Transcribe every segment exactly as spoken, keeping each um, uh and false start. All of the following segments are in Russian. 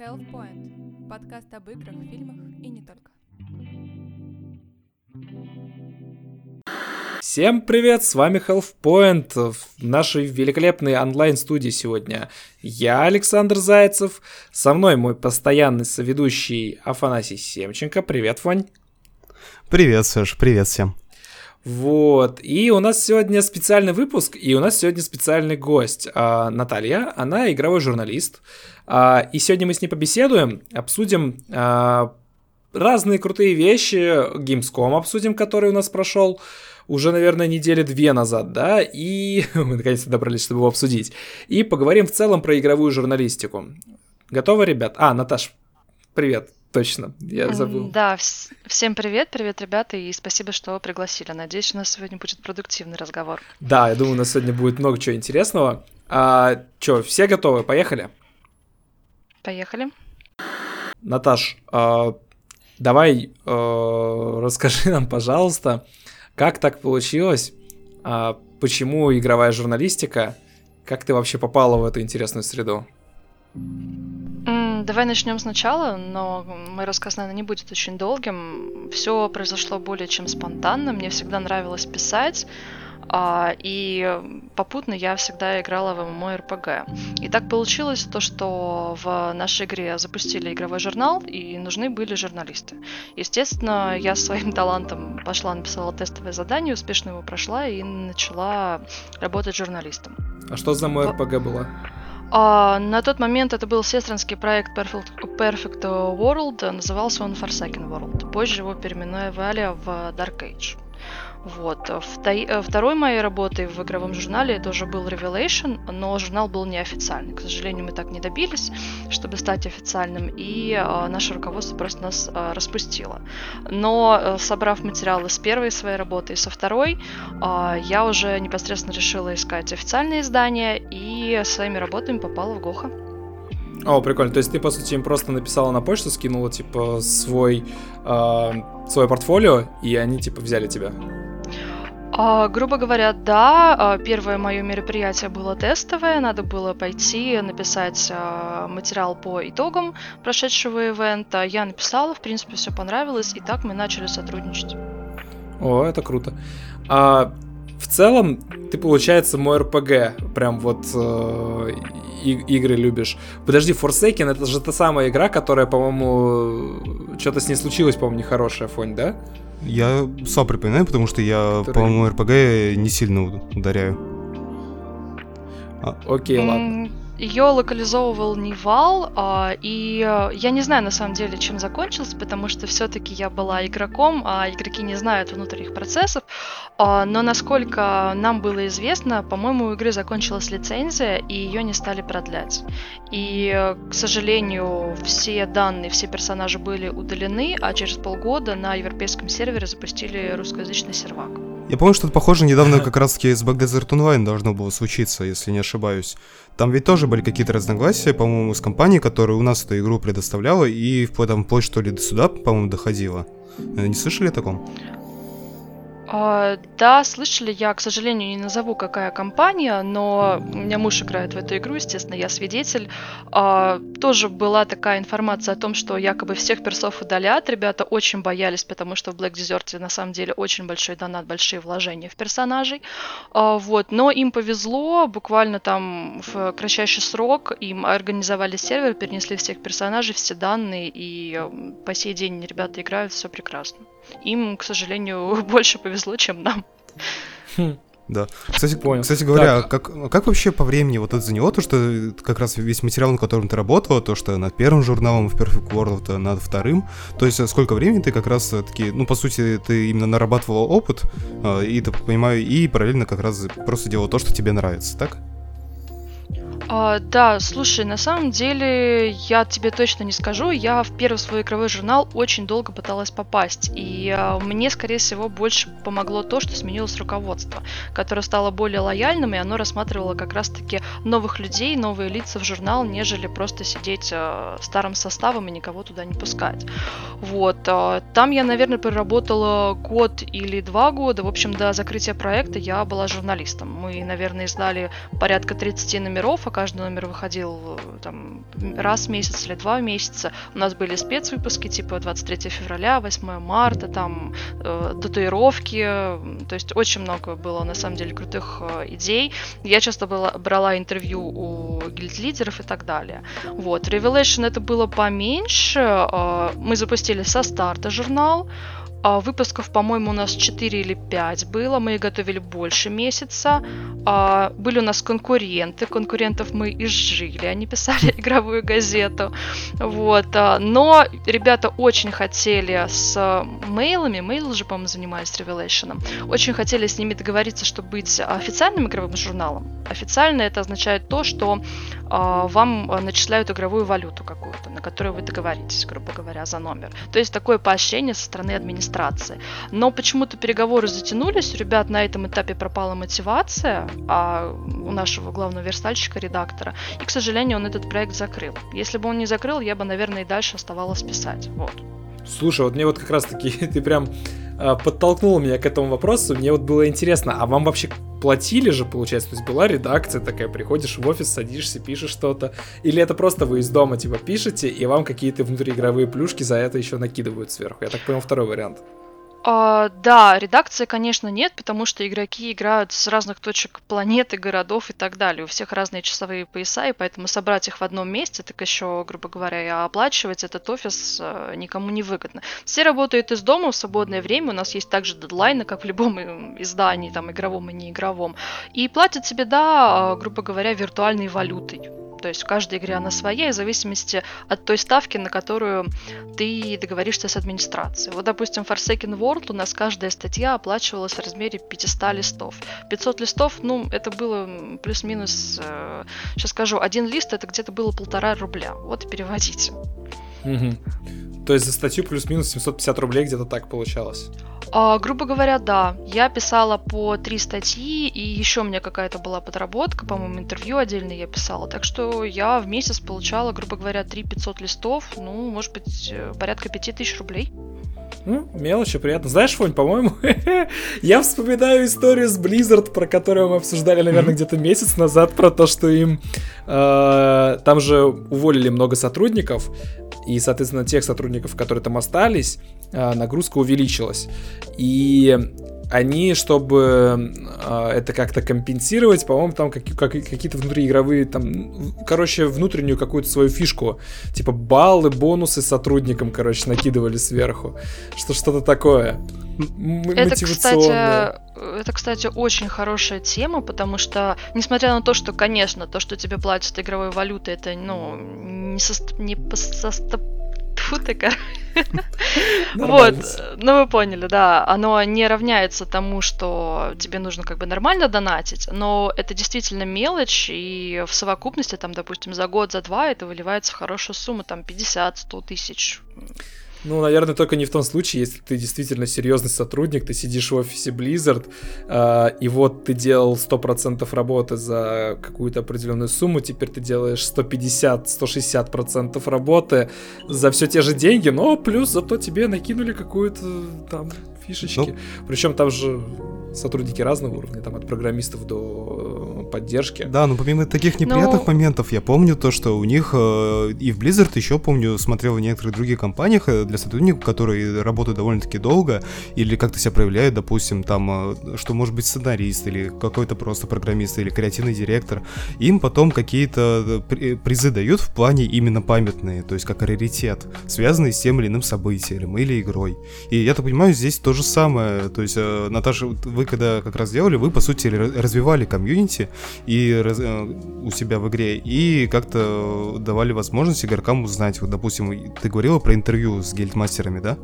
Health Point. Подкаст об играх, фильмах и не только. Всем привет, с вами Health Point в нашей великолепной онлайн-студии сегодня. Я Александр Зайцев, со мной мой постоянный соведущий Афанасий Семченко. Привет, Вань. Привет, Саш, привет всем. Вот, и у нас сегодня специальный выпуск, и у нас сегодня специальный гость. А, Наталья, она игровой журналист, а, и сегодня мы с ней побеседуем, обсудим а, разные крутые вещи, Gamescom обсудим, который у нас прошел уже, наверное, недели две назад, да, и мы наконец-то добрались, чтобы его обсудить, и поговорим в целом про игровую журналистику. Готовы, ребят? А, Наташ, привет. Точно, я забыл. Да, вс- всем привет, привет, ребята, и спасибо, что пригласили. Надеюсь, у нас сегодня будет продуктивный разговор. Да, я думаю, у нас сегодня будет много чего интересного. А, чё, все готовы? Поехали? Поехали. Наташ, а, давай а, расскажи нам, пожалуйста, как так получилось, а, почему игровая журналистика, как ты вообще попала в эту интересную среду? М, Давай начнем сначала, но мой рассказ, наверное, не будет очень долгим. Все произошло более чем спонтанно. Мне всегда нравилось писать, а, и попутно я всегда играла в MMORPG. И так получилось то, что в нашей игре запустили игровой журнал, и нужны были журналисты. Естественно, я своим талантом пошла, написала тестовое задание, успешно его прошла и начала работать журналистом. А что за мой эр пи джи было? А, на тот момент это был сестринский проект Perfect, Perfect World, назывался он Forsaken World. Позже его переименовали в Dark Age. Вот. Вто- Второй моей работой в игровом журнале это уже был Revelation, но журнал был неофициальный. К сожалению, мы так не добились, чтобы стать официальным, и а, наше руководство просто нас а, распустило. Но, а, собрав материалы с первой своей работы и со второй, а, я уже непосредственно решила искать официальные издания, и своими работами попала в Гоха. О, прикольно. То есть ты, по сути, им просто написала на почту, скинула, типа, свой, э, свое портфолио, и они, типа, взяли тебя? А, грубо говоря, да, а, первое мое мероприятие было тестовое, надо было пойти написать а, материал по итогам прошедшего ивента. Я написала, в принципе, все понравилось, и так мы начали сотрудничать. О, это круто. А в целом, ты, получается, мой эр пи джи, прям вот э, и- игры любишь. Подожди, Forsaken, это же та самая игра, которая, по-моему, что-то с ней случилось, по-моему, нехорошая, Фонь, да? Я сам припоминаю, потому что я, Который- по-моему, эр пи джи не сильно ударяю. Окей, ладно. Ее локализовывал Невал, а, и а, я не знаю на самом деле, чем закончился, потому что все-таки я была игроком, а игроки не знают внутренних процессов. А, но насколько нам было известно, по-моему, у игры закончилась лицензия, и ее не стали продлять. И, э, к сожалению, все данные, все персонажи были удалены, а через полгода на европейском сервере запустили русскоязычный сервак. Я помню, что-то похоже недавно как раз-таки с Back Desert Online должно было случиться, если не ошибаюсь. Там ведь тоже были какие-то разногласия, по-моему, с компанией, которая у нас эту игру предоставляла, и вплоть там вплоть, что ли, до суда, по-моему, доходила. Э, Не слышали о таком? А, да, слышали, я, к сожалению, не назову, какая компания, но у меня муж играет в эту игру, естественно, я свидетель. А, тоже была такая информация о том, что якобы всех персов удалят. Ребята очень боялись, потому что в Black Desert на самом деле очень большой донат, большие вложения в персонажей. А, вот, но им повезло, буквально там в кратчайший срок им организовали сервер, перенесли всех персонажей, все данные, и э, по сей день ребята играют, все прекрасно. Им, к сожалению, больше повезло, чем нам. Да. Кстати, Понял. кстати говоря, Так. как, как вообще по времени вот это заняло, то, что как раз весь материал, над которым ты работала, то, что над первым журналом в Perfect World, а над вторым, то есть сколько времени ты как раз таки, ну, по сути, ты именно нарабатывала опыт, а, и, ты, понимаю, и параллельно как раз просто делала то, что тебе нравится, так? А, да, слушай, на самом деле я тебе точно не скажу. Я в первый свой игровой журнал очень долго пыталась попасть. И а, мне, скорее всего, больше помогло то, что сменилось руководство, которое стало более лояльным, и оно рассматривало как раз-таки новых людей, новые лица в журнал, нежели просто сидеть а, старым составом и никого туда не пускать. Вот. а, Там я, наверное, проработала год или два года. В общем, до закрытия проекта я была журналистом. Мы, наверное, издали порядка тридцать номеров, о каждый номер выходил там раз в месяц или два месяца. У нас были спецвыпуски типа двадцать третьего февраля, восьмого марта, там э, татуировки, то есть очень много было на самом деле крутых э, идей. Я часто была, брала интервью у гильд-лидеров и так далее. Вот, Revelation это было поменьше, э, мы запустили со старта журнал. А выпусков, по-моему, у нас четыре или пять было, мы их готовили больше месяца. А, были у нас конкуренты, конкурентов мы изжили, они писали игровую газету. Вот. А, но ребята очень хотели с мейлами, мейл же, по-моему, занимались Revelation, очень хотели с ними договориться, чтобы быть официальным игровым журналом. Официально это означает то, что а, вам начисляют игровую валюту какую-то, на которую вы договоритесь, грубо говоря, за номер. То есть такое поощрение со стороны администрации. Но почему-то переговоры затянулись, у ребят на этом этапе пропала мотивация, а у нашего главного верстальщика, редактора, и, к сожалению, он этот проект закрыл. Если бы он не закрыл, я бы, наверное, и дальше оставалась писать. Вот. Слушай, вот мне вот как раз-таки ты прям э, подтолкнул меня к этому вопросу, мне вот было интересно, а вам вообще платили же, получается, то есть была редакция такая, приходишь в офис, садишься, пишешь что-то, или это просто вы из дома типа пишете, и вам какие-то внутриигровые плюшки за это еще накидывают сверху? Я так понял, второй вариант. А, да, редакции, конечно, нет, потому что игроки играют с разных точек планеты, городов и так далее. У всех разные часовые пояса, и поэтому собрать их в одном месте, так еще, грубо говоря, и оплачивать этот офис э, никому не выгодно. Все работают из дома в свободное время, у нас есть также дедлайны, как в любом издании, там, игровом и неигровом. И платят тебе, да, грубо говоря, виртуальной валютой. То есть в каждой игре она своя, в зависимости от той ставки, на которую ты договоришься с администрацией. Вот, допустим, в Forsaken World у нас каждая статья оплачивалась в размере пятьсот листов. пятьсот листов, ну, это было плюс-минус, э, сейчас скажу, один лист это где-то было полтора рубля. Вот и переводите. Угу. То есть за статью плюс-минус семьсот пятьдесят рублей где-то так получалось? А, грубо говоря, да. Я писала по три статьи, и еще у меня какая-то была подработка, по-моему, интервью отдельно я писала. Так что я в месяц получала, грубо говоря, три тысячи пятьсот листов, ну, может быть, порядка пять тысяч рублей. Ну, мелочи, приятно. Знаешь, Фонь, по-моему, я вспоминаю историю с Blizzard, про которую мы обсуждали, наверное, mm-hmm. где-то месяц назад, про то, что им э, там же уволили много сотрудников, и, соответственно, тех сотрудников, которые там остались, э, нагрузка увеличилась. И они, чтобы э, это как-то компенсировать, по-моему, там как, как, какие-то внутриигровые, там, короче, внутреннюю какую-то свою фишку, типа баллы, бонусы сотрудникам, короче, накидывали сверху. Что, что-то такое. М- это, кстати, это, кстати, очень хорошая тема, потому что, несмотря на то, что, конечно, то, что тебе платят игровой валютой, это, ну, не со... Не по состав... Фу ты, короче. Вот, ну вы поняли, да, оно не равняется тому, что тебе нужно как бы нормально донатить, но это действительно мелочь, и в совокупности, там, допустим, за год, за два это выливается в хорошую сумму, там, пятьдесят-сто тысяч. Ну, наверное, только не в том случае, если ты действительно серьезный сотрудник, ты сидишь в офисе Blizzard, э, и вот ты делал сто процентов работы за какую-то определенную сумму, теперь ты делаешь сто пятьдесят - сто шестьдесят процентов работы за все те же деньги, но плюс зато тебе накинули какую-то там фишечки. Ну, причем там же сотрудники разного уровня, там от программистов до поддержки. Да, но помимо таких неприятных но... моментов, я помню то, что у них э, и в Blizzard еще, помню, смотрел в некоторых других компаниях э, для сотрудников, которые работают довольно-таки долго или как-то себя проявляют, допустим, там, э, что может быть сценарист или какой-то просто программист или креативный директор, им потом какие-то призы дают в плане именно памятные, то есть как раритет, связанный с тем или иным событием или игрой. И я так понимаю, здесь то же самое, то есть, э, Наташа, вы когда как раз делали, вы, по сути, развивали комьюнити и раз, у себя в игре, и как-то давали возможность игрокам узнать. Вот, допустим, ты говорила про интервью с гильдмастерами, да?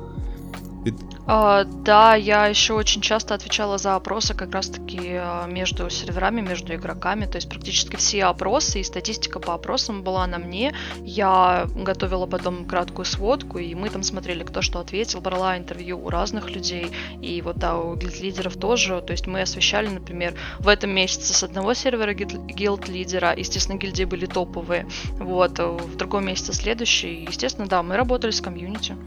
Uh, да, я еще очень часто отвечала за опросы как раз-таки uh, между серверами, между игроками, то есть практически все опросы и статистика по опросам была на мне. Я готовила потом краткую сводку, и мы там смотрели, кто что ответил, брала интервью у разных людей, и вот да, у гильд-лидеров тоже, то есть мы освещали, например, в этом месяце с одного сервера гильд-лидера, естественно, гильдии были топовые, вот, в другом месяце следующий, естественно, да, мы работали с комьюнити.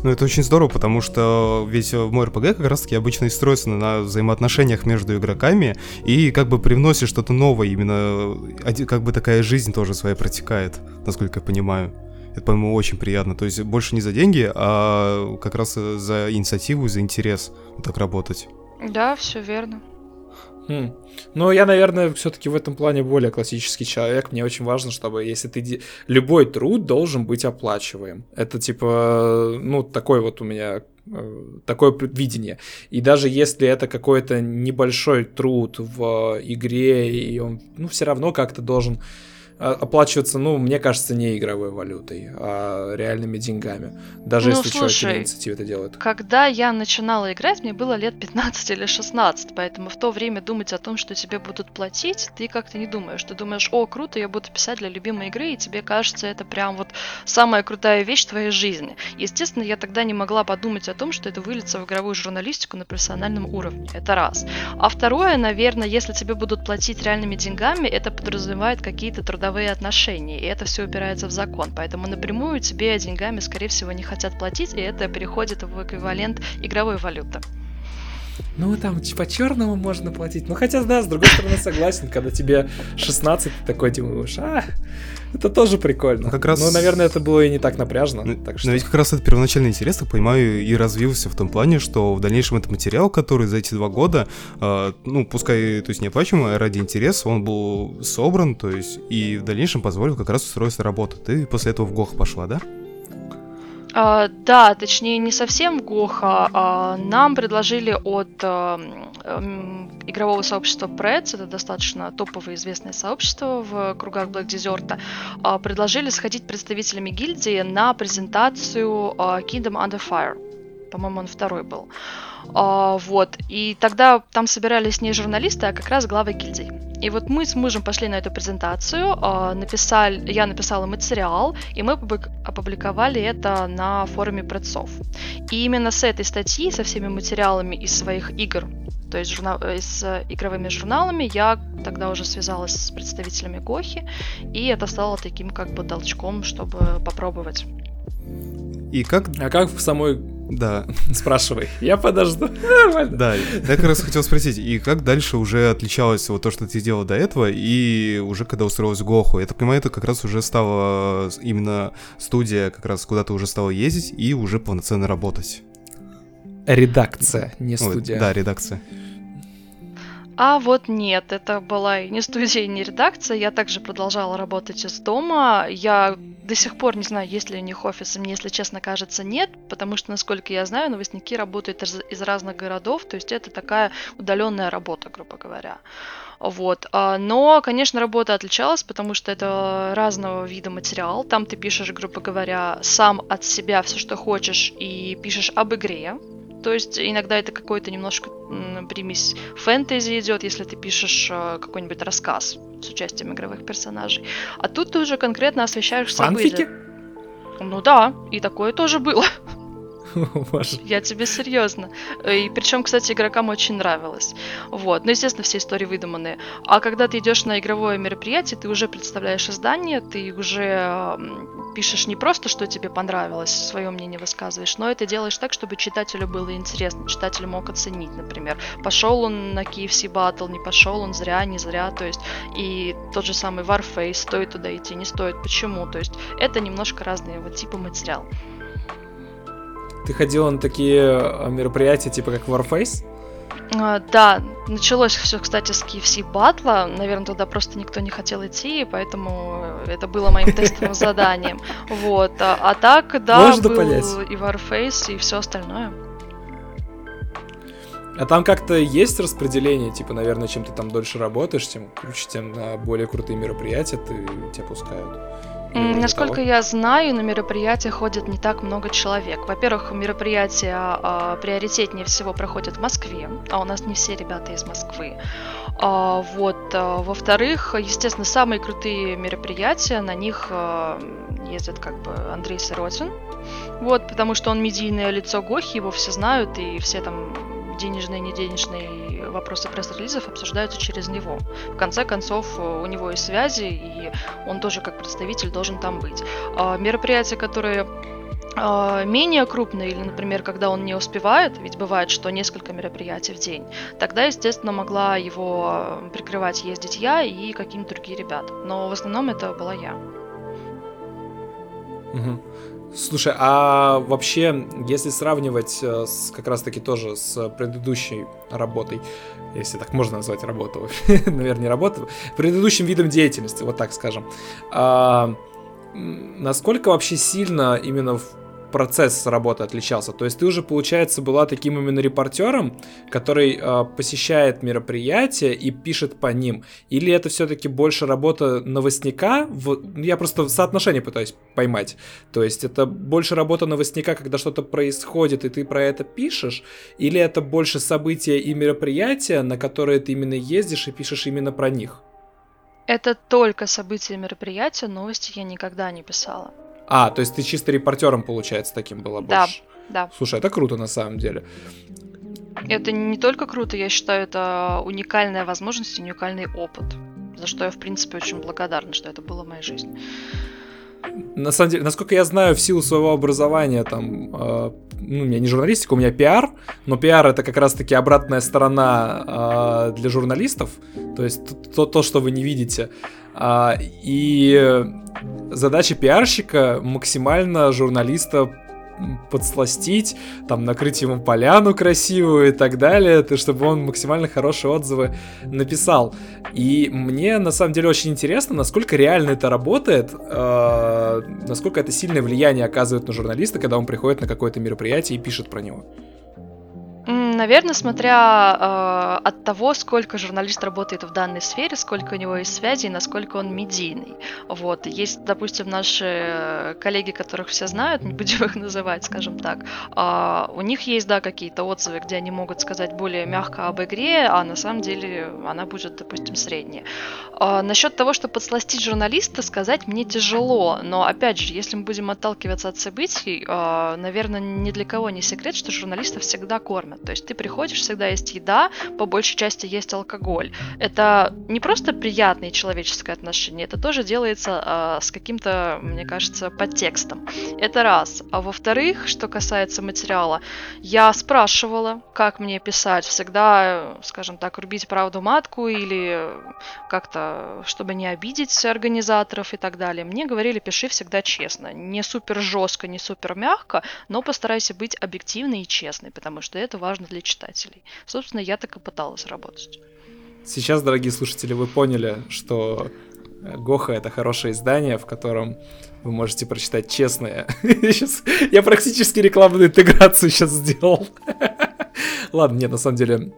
Ну, это очень здорово, потому что ведь в мой эр пи джи как раз-таки обычно и строится на взаимоотношениях между игроками, и как бы привносит что-то новое, именно оди- как бы такая жизнь тоже своя протекает, насколько я понимаю. Это, по-моему, очень приятно. То есть больше не за деньги, а как раз за инициативу, за интерес вот так работать. Да, все верно. Хм. Ну, я, наверное, все-таки в этом плане более классический человек. Мне очень важно, чтобы если ты... де- Любой труд должен быть оплачиваем. Это типа, ну, такой вот у меня э, такое п- видение. И даже если это какой-то небольшой труд в игре, и он, ну, все равно как-то должен а, оплачиваться, ну, мне кажется, не игровой валютой, а реальными деньгами. Даже Ну, если человек на слушай, инициативе это делает. когда я начинала играть, мне было лет пятнадцать или шестнадцать, поэтому в то время думать о том, что тебе будут платить, ты как-то не думаешь. Ты думаешь, о, круто, я буду писать для любимой игры, и тебе кажется, это прям вот самая крутая вещь в твоей жизни. Естественно, я тогда не могла подумать о том, что это выльется в игровую журналистику на профессиональном уровне. Это раз. А второе, наверное, если тебе будут платить реальными деньгами, это подразумевает какие-то трудовые отношения, и это все упирается в закон. Поэтому напрямую тебе деньгами, скорее всего, не хотят платить, и это переходит в эквивалент игровой валюты. Ну, там ч- по-черному можно платить. Ну, хотя, да, с другой стороны, согласен, когда тебе шестнадцать, ты такой думаешь, а, это тоже прикольно. Ну, как раз- Ну, наверное, это было и не так напряжно. Ну, так что... Но ведь как раз этот первоначальный интерес, так понимаю, и развился в том плане, что в дальнейшем этот материал, который за эти два года, э, ну, пускай, то есть неоплачиваемый, а ради интереса, он был собран, то есть, и в дальнейшем позволил как раз устроиться на работу. Ты после этого в ГОХ пошла, да? А, да, точнее, не совсем Гоха. А нам предложили от а, м, игрового сообщества Preds, это достаточно топовое известное сообщество в кругах Black Desert, а, предложили сходить представителями гильдии на презентацию а, Kingdom Under Fire. По-моему, он второй был. А, вот. И тогда там собирались не журналисты, а как раз главы гильдий. И вот мы с мужем пошли на эту презентацию, а, написали, я написала материал, и мы опублик- опубликовали это на форуме предцов. И именно с этой статьи, со всеми материалами из своих игр, то есть журна- э, с э, игровыми журналами, я тогда уже связалась с представителями Гохи, и это стало таким как бы толчком, чтобы попробовать. И как... А как в самой... Да, Спрашивай, я подожду. Нормально. да, я как раз хотел спросить, и как дальше уже отличалось вот то, что ты делал до этого, и уже когда устроилась в Гоху? Я так понимаю, это как раз уже стала именно студия, как раз куда ты уже стала ездить и уже полноценно работать. Редакция, не Ой, студия. да, редакция. А вот нет, это была и не студия, и не редакция. Я также продолжала работать из дома. Я до сих пор не знаю, есть ли у них офис. Мне, если честно, кажется, нет, потому что, насколько я знаю, новостники работают из, из разных городов, то есть это такая удаленная работа, грубо говоря. Вот. А, Но, конечно, работа отличалась, потому что это разного вида материал. Там ты пишешь, грубо говоря, сам от себя все, что хочешь, и пишешь об игре. То есть иногда это какой-то немножко м, примесь фэнтези идет, если ты пишешь э, какой-нибудь рассказ с участием игровых персонажей. А тут ты уже конкретно освещаешь Фанфики? события. Ну да, и такое тоже было. Боже. Я тебе серьезно. И причем, кстати, игрокам очень нравилось. Вот. Ну, естественно, все истории выдуманные. А когда ты идешь на игровое мероприятие, ты уже представляешь издание, ты уже м, пишешь не просто, что тебе понравилось, свое мнение высказываешь, но это делаешь так, чтобы читателю было интересно, читатель мог оценить, например, пошел он на кей эф си Battle, не пошел он зря, не зря, то есть и тот же самый Warface, стоит туда идти, не стоит, почему, то есть это немножко разные вот типы материала. Ты ходила на такие а, мероприятия, типа как Warface? А, Да, началось все, кстати, с кей эф си батла. Наверное, туда просто никто не хотел идти, и поэтому это было моим тестовым заданием. Вот. А, а так, да, Можно был понять. и Warface, и все остальное. А там как-то есть распределение, типа, наверное, чем ты там дольше работаешь, тем круче, тем на более крутые мероприятия ты, тебя пускают. Или М, вроде Насколько того? я знаю, на мероприятия ходит не так много человек. Во-первых, мероприятия а, приоритетнее всего проходят в Москве, а у нас не все ребята из Москвы. А, вот. а, Во-вторых, естественно, самые крутые мероприятия, на них а, ездит как бы Андрей Сиротин. Вот, потому что он медийное лицо Гохи, его все знают, и все там денежные, неденежные вопросы пресс-релизов обсуждаются через него. В конце концов, у него есть связи, и он тоже как представитель должен там быть. А мероприятия, которые А, Менее крупные, или, например, когда он не успевает, ведь бывает, что несколько мероприятий в день, тогда, естественно, могла его прикрывать, ездить я и какие-нибудь другие ребята. Но в основном это была я. Мгм. Слушай, а вообще, если сравнивать э, с, как раз-таки тоже с предыдущей работой, если так можно назвать работу, наверное, не работу, предыдущим видом деятельности, вот так скажем, а, м, насколько вообще сильно именно в процесс работы отличался? То есть ты уже, получается, была таким именно репортером, который э, посещает мероприятия и пишет по ним? Или это все-таки больше работа новостника? В... Я просто соотношение пытаюсь поймать. То есть это больше работа новостника, когда что-то происходит, и ты про это пишешь? Или это больше события и мероприятия, на которые ты именно ездишь и пишешь именно про них? Это только события и мероприятия, новости я никогда не писала. А, то есть ты чисто репортером, получается, таким была Да, больше. да. Слушай, это круто на самом деле. Это не только круто, я считаю, это уникальная возможность и уникальный опыт, за что я, в принципе, очень благодарна, что это было в моей жизни. На самом деле, насколько я знаю, в силу своего образования, там, э, ну, у меня не журналистика, у меня пиар, но пиар — это как раз-таки обратная сторона э, для журналистов, то есть то, то, что вы не видите. А, и задача пиарщика — максимально журналиста подсластить, там, накрыть ему поляну красивую и так далее, то, чтобы он максимально хорошие отзывы написал. И мне, на самом деле, очень интересно, насколько реально это работает, э, насколько это сильное влияние оказывает на журналиста, когда он приходит на какое-то мероприятие и пишет про него. Наверное, смотря э, от того, сколько журналист работает в данной сфере, сколько у него есть связей, насколько он медийный. Вот. Есть, допустим, наши коллеги, которых все знают, не будем их называть, скажем так, э, у них есть, да, какие-то отзывы, где они могут сказать более мягко об игре, а на самом деле она будет, допустим, средняя. Э, насчет того, что подсластить журналиста, сказать мне тяжело, но, опять же, если мы будем отталкиваться от событий, э, наверное, ни для кого не секрет, что журналистов всегда кормят. То есть ты приходишь, всегда есть еда, по большей части есть алкоголь. Это не просто приятное человеческое отношение, это тоже делается э, с каким-то, мне кажется, подтекстом. Это раз. А во-вторых, что касается материала, я спрашивала, как мне писать. Всегда, скажем так, рубить правду матку или как-то, чтобы не обидеть организаторов и так далее. Мне говорили, пиши всегда честно. Не супер жестко, не супер мягко, но постарайся быть объективной и честной, потому что это важно для читателей. Собственно, я так и пыталась работать. Сейчас, дорогие слушатели, вы поняли, что Гоха — это хорошее издание, в котором вы можете прочитать честное. Я практически рекламную интеграцию сейчас сделал. Ладно, нет, на самом деле...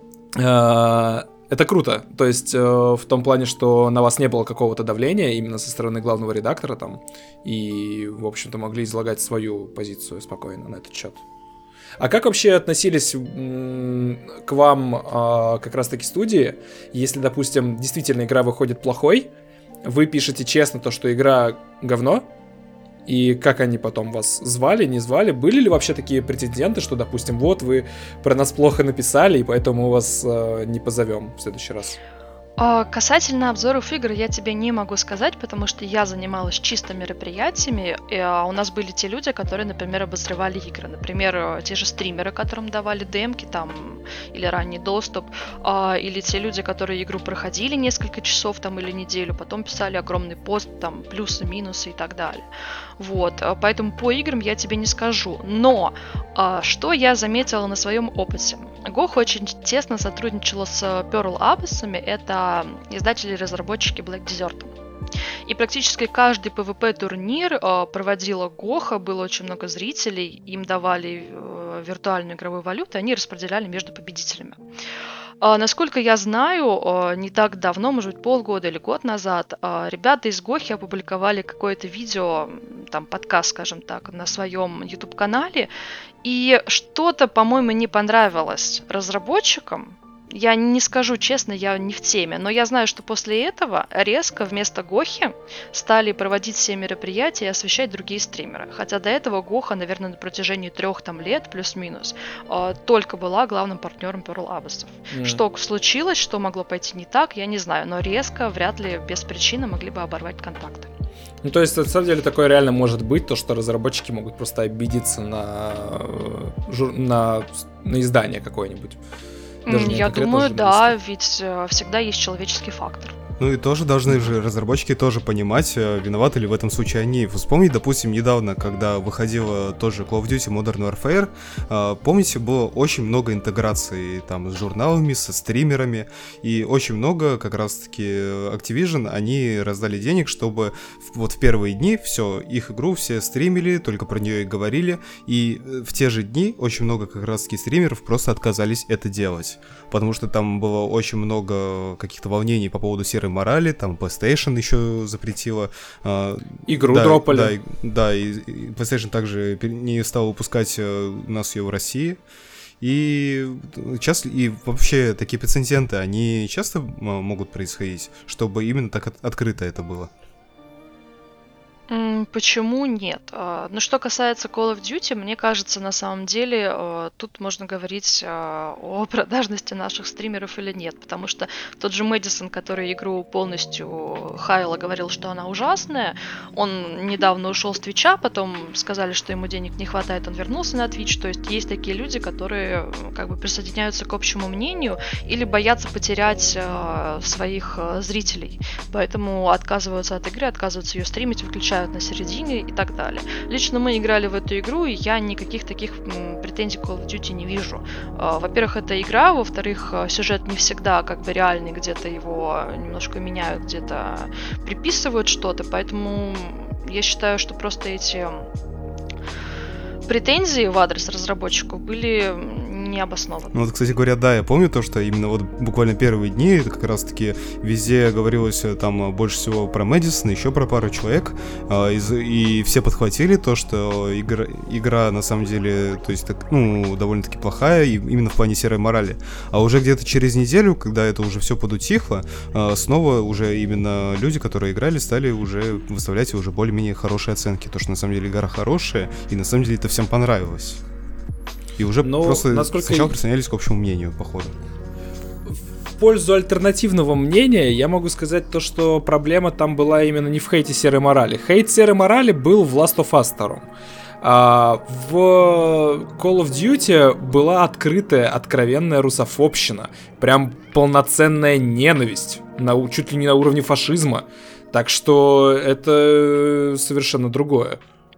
Это круто, то есть в том плане, что на вас не было какого-то давления именно со стороны главного редактора там, и, в общем-то, могли излагать свою позицию спокойно на этот счет. А как вообще относились м- к вам а, как раз-таки студии, если, допустим, действительно игра выходит плохой, вы пишете честно то, что игра говно, и как они потом вас звали, не звали? Были ли вообще такие претенденты, что, допустим, вот вы про нас плохо написали, и поэтому мы вас а, не позовем в следующий раз? А, Касательно обзоров игр я тебе не могу сказать, потому что я занималась чисто мероприятиями, и а, у нас были те люди, которые, например, обозревали игры. Например, э, те же стримеры, которым давали демки там, или ранний доступ, а, или те люди, которые игру проходили несколько часов там, или неделю, потом писали огромный пост, там, плюсы, минусы и так далее. Вот, а, поэтому по играм я тебе не скажу. Но а, что я заметила на своем опыте? Гоха очень тесно сотрудничала с Pearl Abyss'ами, это издатели и разработчики Black Desert. И практически каждый пи ви пи-турнир э, проводила Гоха, было очень много зрителей, им давали э, виртуальную игровую валюту, и они распределяли между победителями. Э, насколько я знаю, э, не так давно, может быть, полгода или год назад, э, ребята из Гохи опубликовали какое-то видео, там, подкаст, скажем так, на своем YouTube-канале, и что-то, по-моему, не понравилось разработчикам. я не скажу честно, я не в теме, но я знаю, что после этого резко вместо Гохи стали проводить все мероприятия и освещать другие стримеры. Хотя до этого Гоха, наверное, на протяжении трех там лет, плюс-минус, э, только была главным партнером Pearl Abyss. Mm. Что случилось, что могло пойти не так, я не знаю, но резко, вряд ли, без причины могли бы оборвать контакты. Ну, то есть, на самом деле, такое реально может быть, то, что разработчики могут просто обидеться на, на, на издание какое-нибудь. Даже я думаю, да, ведь э, всегда есть человеческий фактор. Ну и тоже должны же разработчики тоже понимать, виноваты ли в этом случае они. Вспомнить, допустим, недавно, когда выходила тоже Call of Duty Modern Warfare, помните, было очень много интеграций там с журналами, со стримерами, и очень много как раз-таки Activision, они раздали денег, чтобы вот в первые дни все, их игру все стримили, только про нее и говорили, и в те же дни очень много как раз-таки стримеров просто отказались это делать, потому что там было очень много каких-то волнений по поводу сервиса морали, там PlayStation еще запретила. Э, Игру да, дропали. Да, да, и, и PlayStation также не стал выпускать у нас ее в России. И часто, и вообще такие прецеденты, они часто могут происходить, чтобы именно так от, открыто это было? Почему нет? Но что касается Call of Duty, мне кажется, на самом деле тут можно говорить о продажности наших стримеров или нет, потому что тот же Мэдисон, который игру полностью хаял, говорил, что она ужасная, он недавно ушел с Твича, потом сказали, что ему денег не хватает, он вернулся на Твич, то есть есть такие люди, которые как бы присоединяются к общему мнению или боятся потерять своих зрителей, поэтому отказываются от игры, отказываются ее стримить, выключают на середине и так далее. Лично мы играли в эту игру, и я никаких таких м, претензий к Call of Duty не вижу. А, во-первых, это игра, во-вторых, сюжет не всегда как бы реальный, где-то его немножко меняют, где-то приписывают что-то, поэтому я считаю, что просто эти претензии в адрес разработчиков были необоснованны. Ну вот, кстати говоря, да, я помню то, что именно вот буквально первые дни, это как раз-таки везде говорилось там больше всего про Мэдисона, еще про пару человек, и все подхватили то, что игра, игра на самом деле, то есть, так, ну, довольно-таки плохая, именно в плане серой морали. А уже где-то через неделю, когда это уже все подутихло, снова уже именно люди, которые играли, стали уже выставлять уже более-менее хорошие оценки, то, что на самом деле игра хорошая, и на самом деле это всем понравилось. И уже Но просто сначала присоединялись к общему мнению, походу. В пользу альтернативного мнения я могу сказать то, что проблема там была именно не в хейте серой морали. Хейт серой морали был в Last of Us два. А в Call of Duty была открытая, откровенная русофобщина. Прям полноценная ненависть, на, чуть ли не на уровне фашизма. Так что это совершенно другое.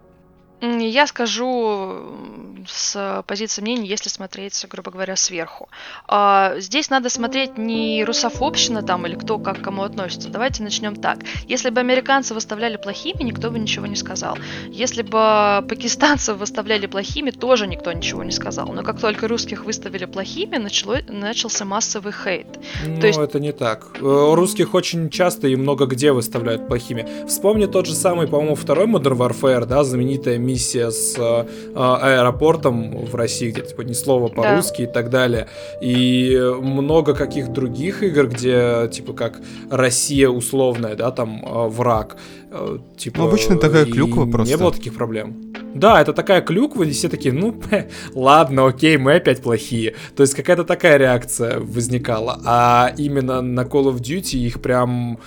Я скажу с позиции мнений, если смотреть, грубо говоря, сверху. Здесь надо смотреть не русофобщина там или кто как к кому относится. Давайте начнем так. Если бы американцы выставляли плохими, никто бы ничего не сказал. Если бы пакистанцев выставляли плохими, тоже никто ничего не сказал. Но как только русских выставили плохими, начало, начался массовый хейт. Ну, То есть... это не так. Русских очень часто и много где выставляют плохими. Вспомни тот же самый, по-моему, второй Modern Warfare, да, знаменитая миссия с э, аэропортом в России, где типа ни слова по-русски, да, и так далее. И много каких других игр, где типа как Россия условная, да, там э, враг. Э, типа, ну, обычно такая клюква просто. Не было таких проблем. Да, это такая клюква, и все такие, ну, ладно, окей, мы опять плохие. То есть какая-то такая реакция возникала. А именно на Call of Duty их прям...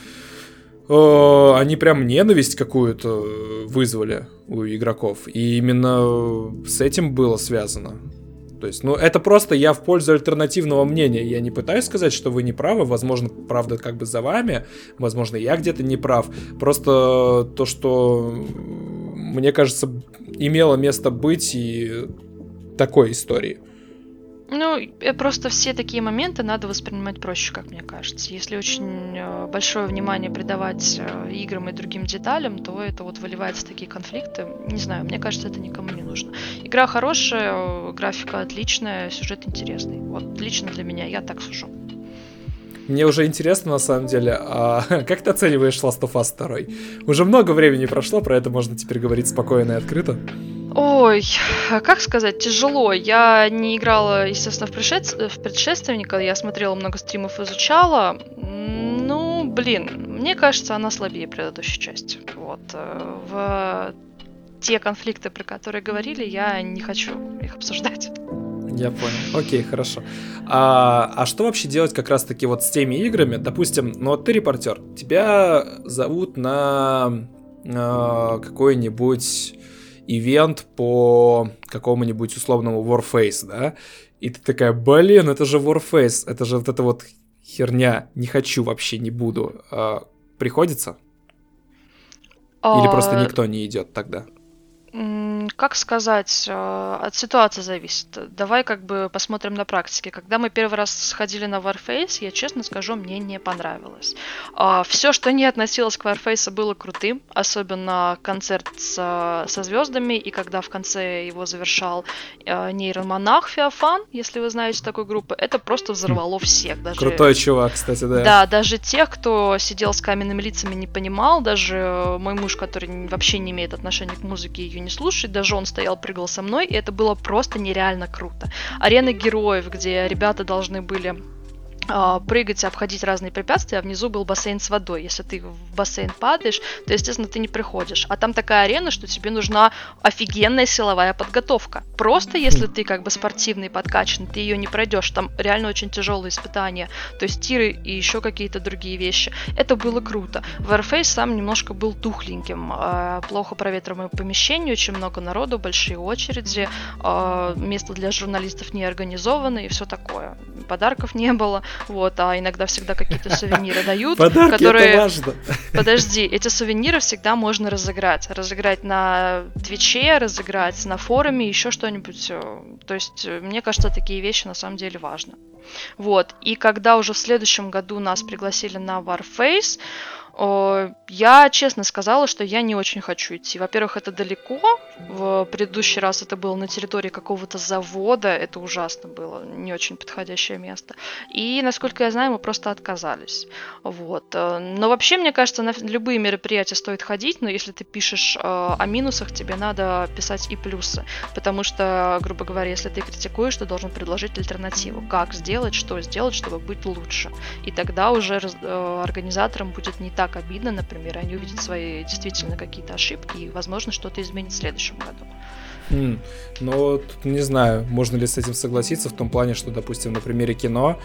они прям ненависть какую-то вызвали у игроков. И именно с этим было связано. То есть, ну, это просто я в пользу альтернативного мнения. Я не пытаюсь сказать, что вы не правы. Возможно, правда как бы за вами. Возможно, я где-то не прав. Просто то, что, мне кажется, имело место быть и такой истории. Ну, просто все такие моменты надо воспринимать проще, как мне кажется. Если очень большое внимание придавать играм и другим деталям, то это вот выливается в такие конфликты. Не знаю, мне кажется, это никому не нужно. Игра хорошая, графика отличная, сюжет интересный. Вот лично для меня, я так сужу. Мне уже интересно, на самом деле, а как ты оцениваешь Last of Us два? Уже много времени прошло, про это можно теперь говорить спокойно и открыто. Ой, как сказать, тяжело. Я не играла, естественно, в, предшеств- в предшественника, я смотрела много стримов, изучала. М, Ну, блин, мне кажется, она слабее предыдущей части. Вот. э, В те конфликты, про которые говорили, я не хочу их обсуждать. Я понял. Окей, хорошо. А, а что вообще делать как раз-таки вот с теми играми? Допустим, ну вот ты репортер, тебя зовут на а, какой-нибудь ивент по какому-нибудь условному Warface, да? И ты такая, блин, это же Warface, это же вот эта вот херня, не хочу вообще, не буду. А, приходится? Или просто А, никто не идет тогда? М, Как сказать, э, от ситуации зависит. Давай как бы посмотрим на практике. Когда мы первый раз сходили на Warface, я честно скажу, мне не понравилось. Все, что не относилось к Warface, было крутым, особенно концерт со, со звездами, и когда в конце его завершал э, нейромонах Феофан, если вы знаете такую группу, это просто взорвало всех. Даже Крутой чувак, кстати, да. Да, даже тех, кто сидел с каменными лицами, не понимал, даже э, мой муж, который н- вообще не имеет отношения к музыке и ее не слушает, даже он стоял, прыгал со мной, и это было просто нереально круто. Арены героев, где ребята должны были а, прыгать и обходить разные препятствия, а внизу был бассейн с водой. Если ты в бассейн падаешь, то, естественно, ты не приходишь. А там такая арена, что тебе нужна офигенная силовая подготовка. Просто если ты как бы спортивный, подкачанный, ты ее не пройдешь. Там реально очень тяжелые испытания. То есть тиры и еще какие-то другие вещи. Это было круто. Warface сам немножко был тухленьким. а, Плохо проветриваемое помещение, очень много народу, большие очереди, а, место для журналистов не организовано и все такое. Подарков не было. Вот, а иногда всегда какие-то сувениры дают, Подарки, которые... это важно. Подожди, эти сувениры всегда можно разыграть. Разыграть на Твиче, разыграть на форуме, еще что-нибудь. э, То есть, э, мне кажется, такие вещи на самом деле важны. Вот, и когда уже в следующем году нас пригласили на Warface, о, я честно сказала, что я не очень хочу идти. Во-первых, это далеко. В предыдущий раз это было на территории какого-то завода. Это ужасно было. Не очень подходящее место. И, насколько я знаю, мы просто отказались. Вот. э, Но вообще, мне кажется, на любые мероприятия стоит ходить, но если ты пишешь э, о минусах, тебе надо писать и плюсы. Потому что, грубо говоря, если ты критикуешь, ты должен предложить альтернативу. Как сделать, что сделать, чтобы быть лучше. И тогда уже раз- э, организаторам будет не так обидно, например, они увидят свои действительно какие-то ошибки и, возможно, что-то изменить в следующем году. М, Ну, тут не знаю, можно ли с этим согласиться в том плане, что, допустим, на примере кино,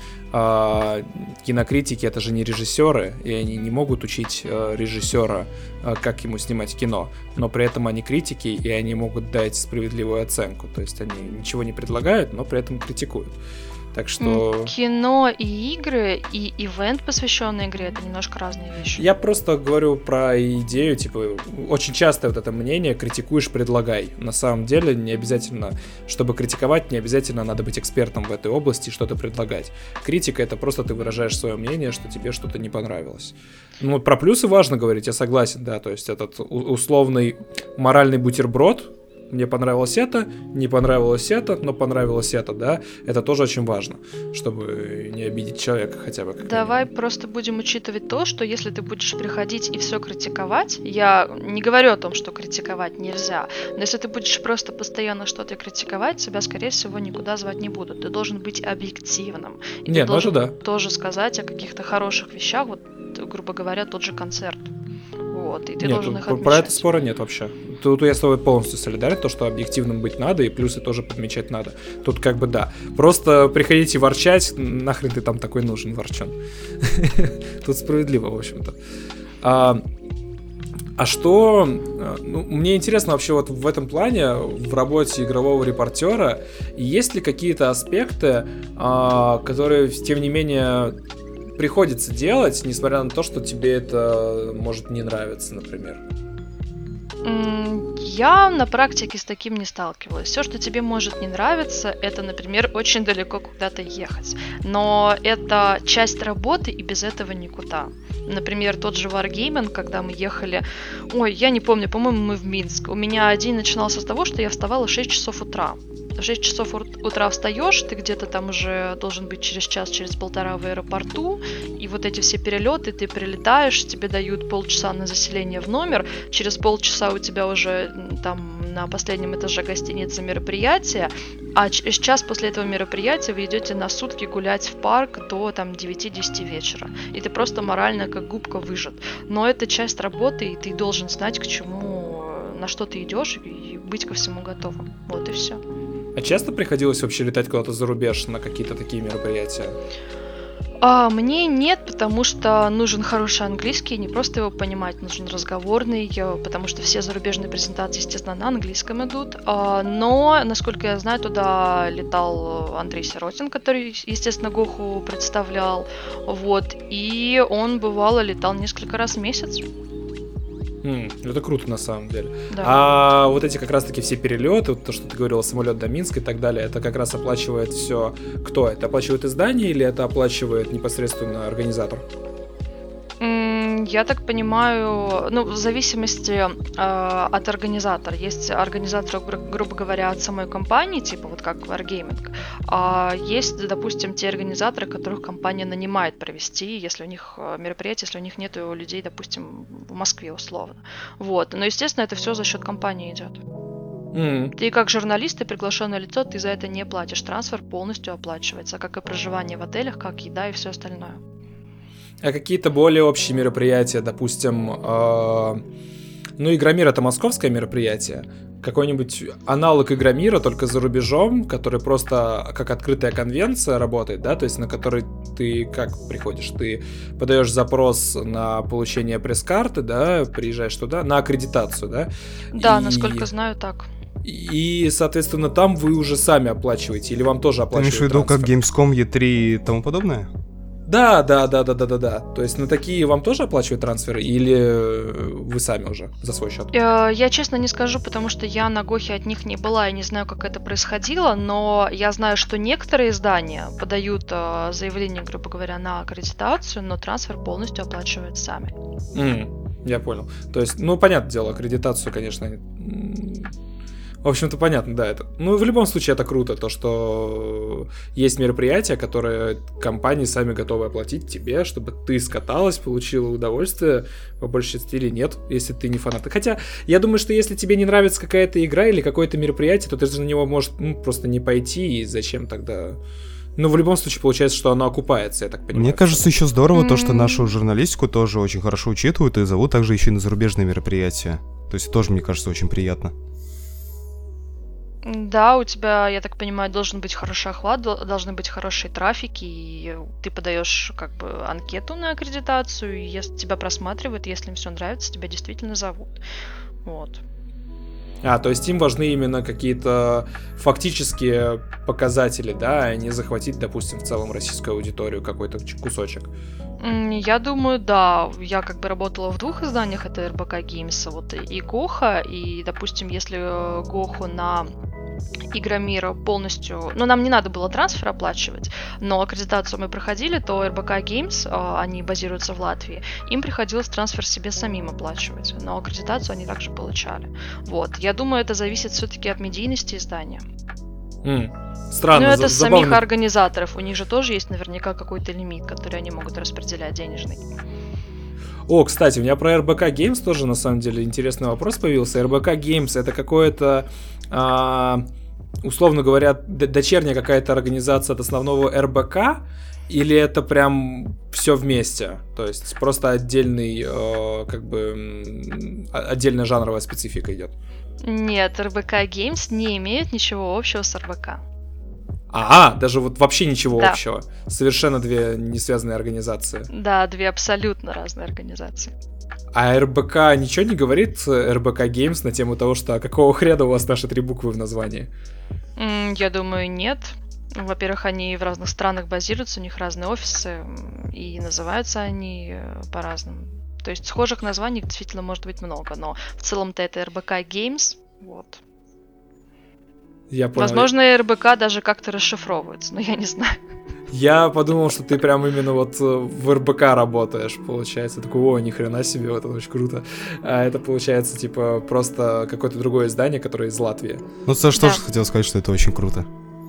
а, кинокритики — это же не режиссеры, и они не могут учить а, режиссера, а, как ему снимать кино, но при этом они критики, и они могут дать справедливую оценку, то есть они ничего не предлагают, но при этом критикуют. Так что... М, Кино и игры, и ивент, посвященный игре, это немножко разные вещи. Я просто говорю про идею, типа, очень часто вот это мнение «критикуешь, предлагай». На самом деле не обязательно, чтобы критиковать, не обязательно надо быть экспертом в этой области и что-то предлагать. Критика — это просто ты выражаешь свое мнение, что тебе что-то не понравилось. Ну, вот про плюсы важно говорить, я согласен, да, то есть этот у- условный моральный бутерброд, мне понравилось это, не понравилось это, но понравилось это, да, это тоже очень важно, чтобы не обидеть человека хотя бы. Как Давай минимум. просто будем учитывать то, что если ты будешь приходить и все критиковать, я не говорю о том, что критиковать нельзя, но если ты будешь просто постоянно что-то критиковать, тебя, скорее всего, никуда звать не будут. Ты должен быть объективным. И Не, ты ну это должен да. тоже сказать о каких-то хороших вещах, вот, грубо говоря, тот же концерт. Вот, и ты Нет, должен тут их про- отмечать. про это спора нет вообще. Тут я с тобой полностью солидарен, то, что объективным быть надо, и плюсы тоже подмечать надо. Тут как бы да. Просто приходите ворчать, нахрен ты там такой нужен, ворчон. Тут справедливо, в общем-то. А, а что... Ну, мне интересно вообще вот в этом плане, в работе игрового репортера, есть ли какие-то аспекты, а, которые, тем не менее... приходится делать, несмотря на то, что тебе это может не нравиться, например. М, Я на практике с таким не сталкивалась. Все, что тебе может не нравиться, это, например, очень далеко куда-то ехать. Но это часть работы, и без этого никуда. Например, тот же Wargaming, когда мы ехали... Ой, я не помню, по-моему, мы в Минск. У меня день начинался с того, что я вставала в шесть часов утра. В шесть часов утра встаешь, ты где-то там уже должен быть через час, через полтора в аэропорту, и вот эти все перелеты, ты прилетаешь, тебе дают полчаса на заселение в номер, через полчаса у тебя уже м, там на последнем этаже гостиницы мероприятие, а через час после этого мероприятия вы идете на сутки гулять в парк до там девяти-десяти вечера. И ты просто морально как губка выжат. Но это часть работы, и ты должен знать, к чему, на что ты идешь, и быть ко всему готовым. Вот и все. А часто приходилось вообще летать куда-то за рубеж на какие-то такие мероприятия? А, мне нет, потому что нужен хороший английский, не просто его понимать, нужен разговорный, потому что все зарубежные презентации, естественно, на английском идут. А, но, насколько я знаю, туда летал Андрей Сиротин, который, естественно, Гоху представлял, вот, и он, бывало, летал несколько раз в месяц. М, это круто на самом деле. Да. А вот эти как раз-таки все перелеты, то, что ты говорила, самолет до Минска и так далее, это как раз оплачивает все. Кто это? Оплачивает издание или это оплачивает непосредственно организатор? М, Я так понимаю, ну, в зависимости э, от организатора. Есть организаторы, гру- грубо говоря, от самой компании, типа вот как Wargaming, а есть, допустим, те организаторы, которых компания нанимает провести, если у них э, мероприятие, если у них нету людей, допустим, в Москве условно. Вот. Но, естественно, это все за счет компании идет. М, Ты как журналист и приглашенное лицо, ты за это не платишь. Трансфер полностью оплачивается, как и проживание в отелях, как еда и все остальное. А какие-то более общие мероприятия, допустим, э, ну, Игромир — это московское мероприятие, какой-нибудь аналог Игромира, только за рубежом, который просто как открытая конвенция работает, да, то есть на который ты как приходишь, ты подаешь запрос на получение пресс-карты, да, приезжаешь туда, на аккредитацию, да. Да, и... насколько знаю, так. И, соответственно, там вы уже сами оплачиваете, или вам тоже Ты оплачивают имеешь в виду как трансфер? Gamescom, и три и тому подобное? Да, да, да, да, да, да, да. То есть на такие вам тоже оплачивают трансферы, или вы сами уже за свой счет? Э, Я честно не скажу, потому что я на Гохе от них не была и не знаю, как это происходило, но я знаю, что некоторые издания подают э, заявление, грубо говоря, на аккредитацию, но трансфер полностью оплачивают сами. М, я понял. То есть, ну, понятное дело, аккредитацию, конечно. м, В общем-то, понятно, да, это. Ну, в любом случае, это круто, то, что есть мероприятия, которые компании сами готовы оплатить тебе, чтобы ты скаталась, получила удовольствие, по большей части, или нет, если ты не фанат. Хотя, я думаю, что если тебе не нравится какая-то игра или какое-то мероприятие, то ты же на него можешь, ну, просто не пойти, и зачем тогда... Ну, в любом случае, получается, что оно окупается, я так понимаю. Мне кажется, еще здорово то, что М. нашу журналистику тоже очень хорошо учитывают и зовут также еще и на зарубежные мероприятия. То есть тоже, мне кажется, очень приятно. Да, у тебя, я так понимаю, должен быть хороший охват, дол- должны быть хорошие трафики, и ты подаешь как бы анкету на аккредитацию, и если тебя просматривают, если им все нравится, тебя действительно зовут. Вот. А, то есть им важны именно какие-то фактические показатели, да, а не захватить, допустим, в целом российскую аудиторию какой-то ч- кусочек. М, Я думаю, да. Я как бы работала в двух изданиях, это эр бэ ка Games вот, и Гоха, и, допустим, если э, Гоху на Игромира полностью... Ну, нам не надо было трансфер оплачивать, но аккредитацию мы проходили, то эр бэ ка Games, э, они базируются в Латвии, им приходилось трансфер себе самим оплачивать, но аккредитацию они также получали. Вот. Я думаю, это зависит все-таки от медийности издания. М, Странно, Ну, это за- с самих забавно. организаторов. У них же тоже есть наверняка какой-то лимит, который они могут распределять денежный. О, кстати, у меня про эр бэ ка Games тоже, на самом деле, интересный вопрос появился. эр бэ ка Games — это какое-то, а, условно говоря, д- дочерняя какая-то организация от основного эр бэ ка, или это прям все вместе? То есть просто отдельный, э, как бы, м, а- отдельная жанровая специфика идет? Нет, эр бэ ка Games не имеет ничего общего с эр бэ ка. А, даже вот вообще ничего Да. общего. Совершенно две не связанные организации. Да, две абсолютно разные организации. А эр бэ ка ничего не говорит, эр бэ ка Games, на тему того, что а какого хрена у вас наши три буквы в названии? М, Я думаю, нет. Во-первых, они в разных странах базируются, у них разные офисы, м, и называются они э, по-разному. То есть схожих названий действительно может быть много, но в целом-то это эр бэ ка Games, вот. Я понял. Возможно, эр бэ ка даже как-то расшифровывается, но я не знаю. Я подумал, что ты прям именно вот э, в эр бэ ка работаешь, получается. Такой, о, ни хрена себе, вот это очень круто. А это получается, типа, просто какое-то другое издание, которое из Латвии. Ну, Саш Да. тоже хотел сказать, что это очень круто.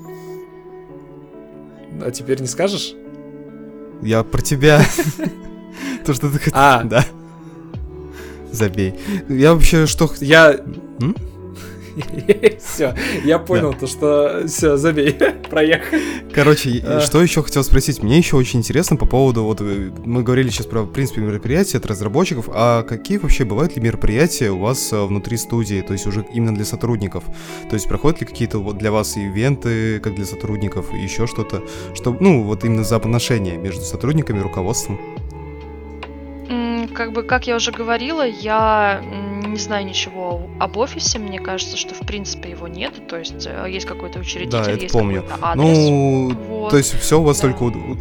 А теперь не скажешь? Я про тебя. То, что ты хотел. А. Да. Забей. Я вообще что... х- Я... М? Все, я понял то, что все, забей, проехали. Короче, что еще хотел спросить? Мне еще очень интересно по поводу, вот мы говорили сейчас про, в принципе, мероприятия от разработчиков, а какие вообще бывают ли мероприятия у вас внутри студии, то есть уже именно для сотрудников? То есть проходят ли какие-то вот для вас ивенты, как для сотрудников, еще что-то, что, ну, вот именно за отношения между сотрудниками и руководством? Как бы, как я уже говорила, я не знаю ничего об офисе. Мне кажется, что в принципе его нет. То есть есть какой-то учредитель, да, это есть помню. какой-то адрес. Ну, вот. То есть все у вас да. только... Уд... Угу.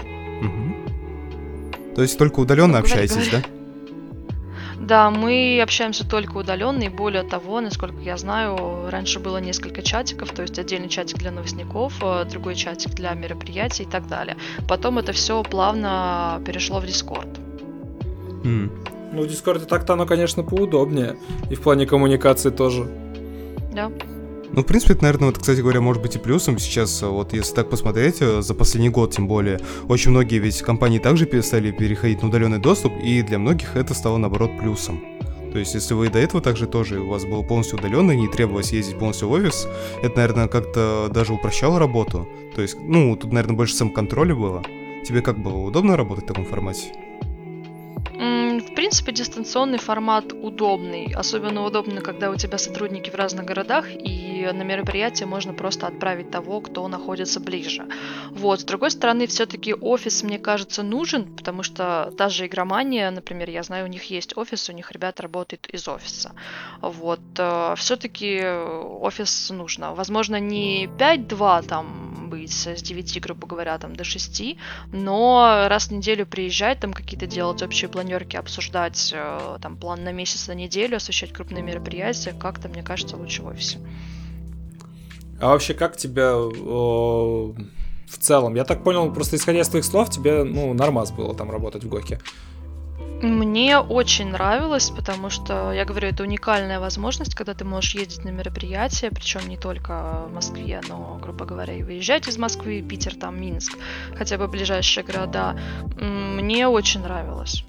То есть только удаленно ну, общаетесь, говори, да? Да, мы общаемся только удаленно, и более того, насколько я знаю, раньше было несколько чатиков, то есть отдельный чатик для новостников, другой чатик для мероприятий и так далее. Потом это все плавно перешло в Discord. Mm. Ну, в Дискорде так-то оно, конечно, поудобнее. И в плане коммуникации тоже. Да. Ну, в принципе, это, наверное, вот, кстати говоря, может быть и плюсом сейчас, вот если так посмотреть, за последний год тем более, очень многие ведь компании также стали переходить на удаленный доступ, и для многих это стало, наоборот, плюсом. То есть, если вы до этого также тоже, у вас было полностью удаленно, не требовалось ездить полностью в офис, это, наверное, как-то даже упрощало работу. То есть, ну, тут, наверное, больше самоконтроля было. Тебе как было удобно работать в таком формате? В принципе, дистанционный формат удобный. Особенно удобно, когда у тебя сотрудники в разных городах, и на мероприятие можно просто отправить того, кто находится ближе. Вот. С другой стороны, все-таки офис, мне кажется, нужен, потому что та же игромания, например, я знаю, у них есть офис, у них ребята работают из офиса. Вот. Все-таки офис нужно. Возможно, не пять-два там быть с девяти, грубо говоря, там до шести, но раз в неделю приезжать, там какие-то делать общие планерки, обсуждать там план на месяц, на неделю, освещать крупные мероприятия, как-то, мне кажется, лучше в офисе. А вообще, как тебя о, в целом? Я так понял, просто исходя из твоих слов, тебе, ну, нормас было там работать в ГОКе. Мне очень нравилось, потому что, я говорю, это уникальная возможность, когда ты можешь ездить на мероприятия, причем не только в Москве, но, грубо говоря, и выезжать из Москвы, Питер, там, Минск, хотя бы ближайшие города. Мне очень нравилось.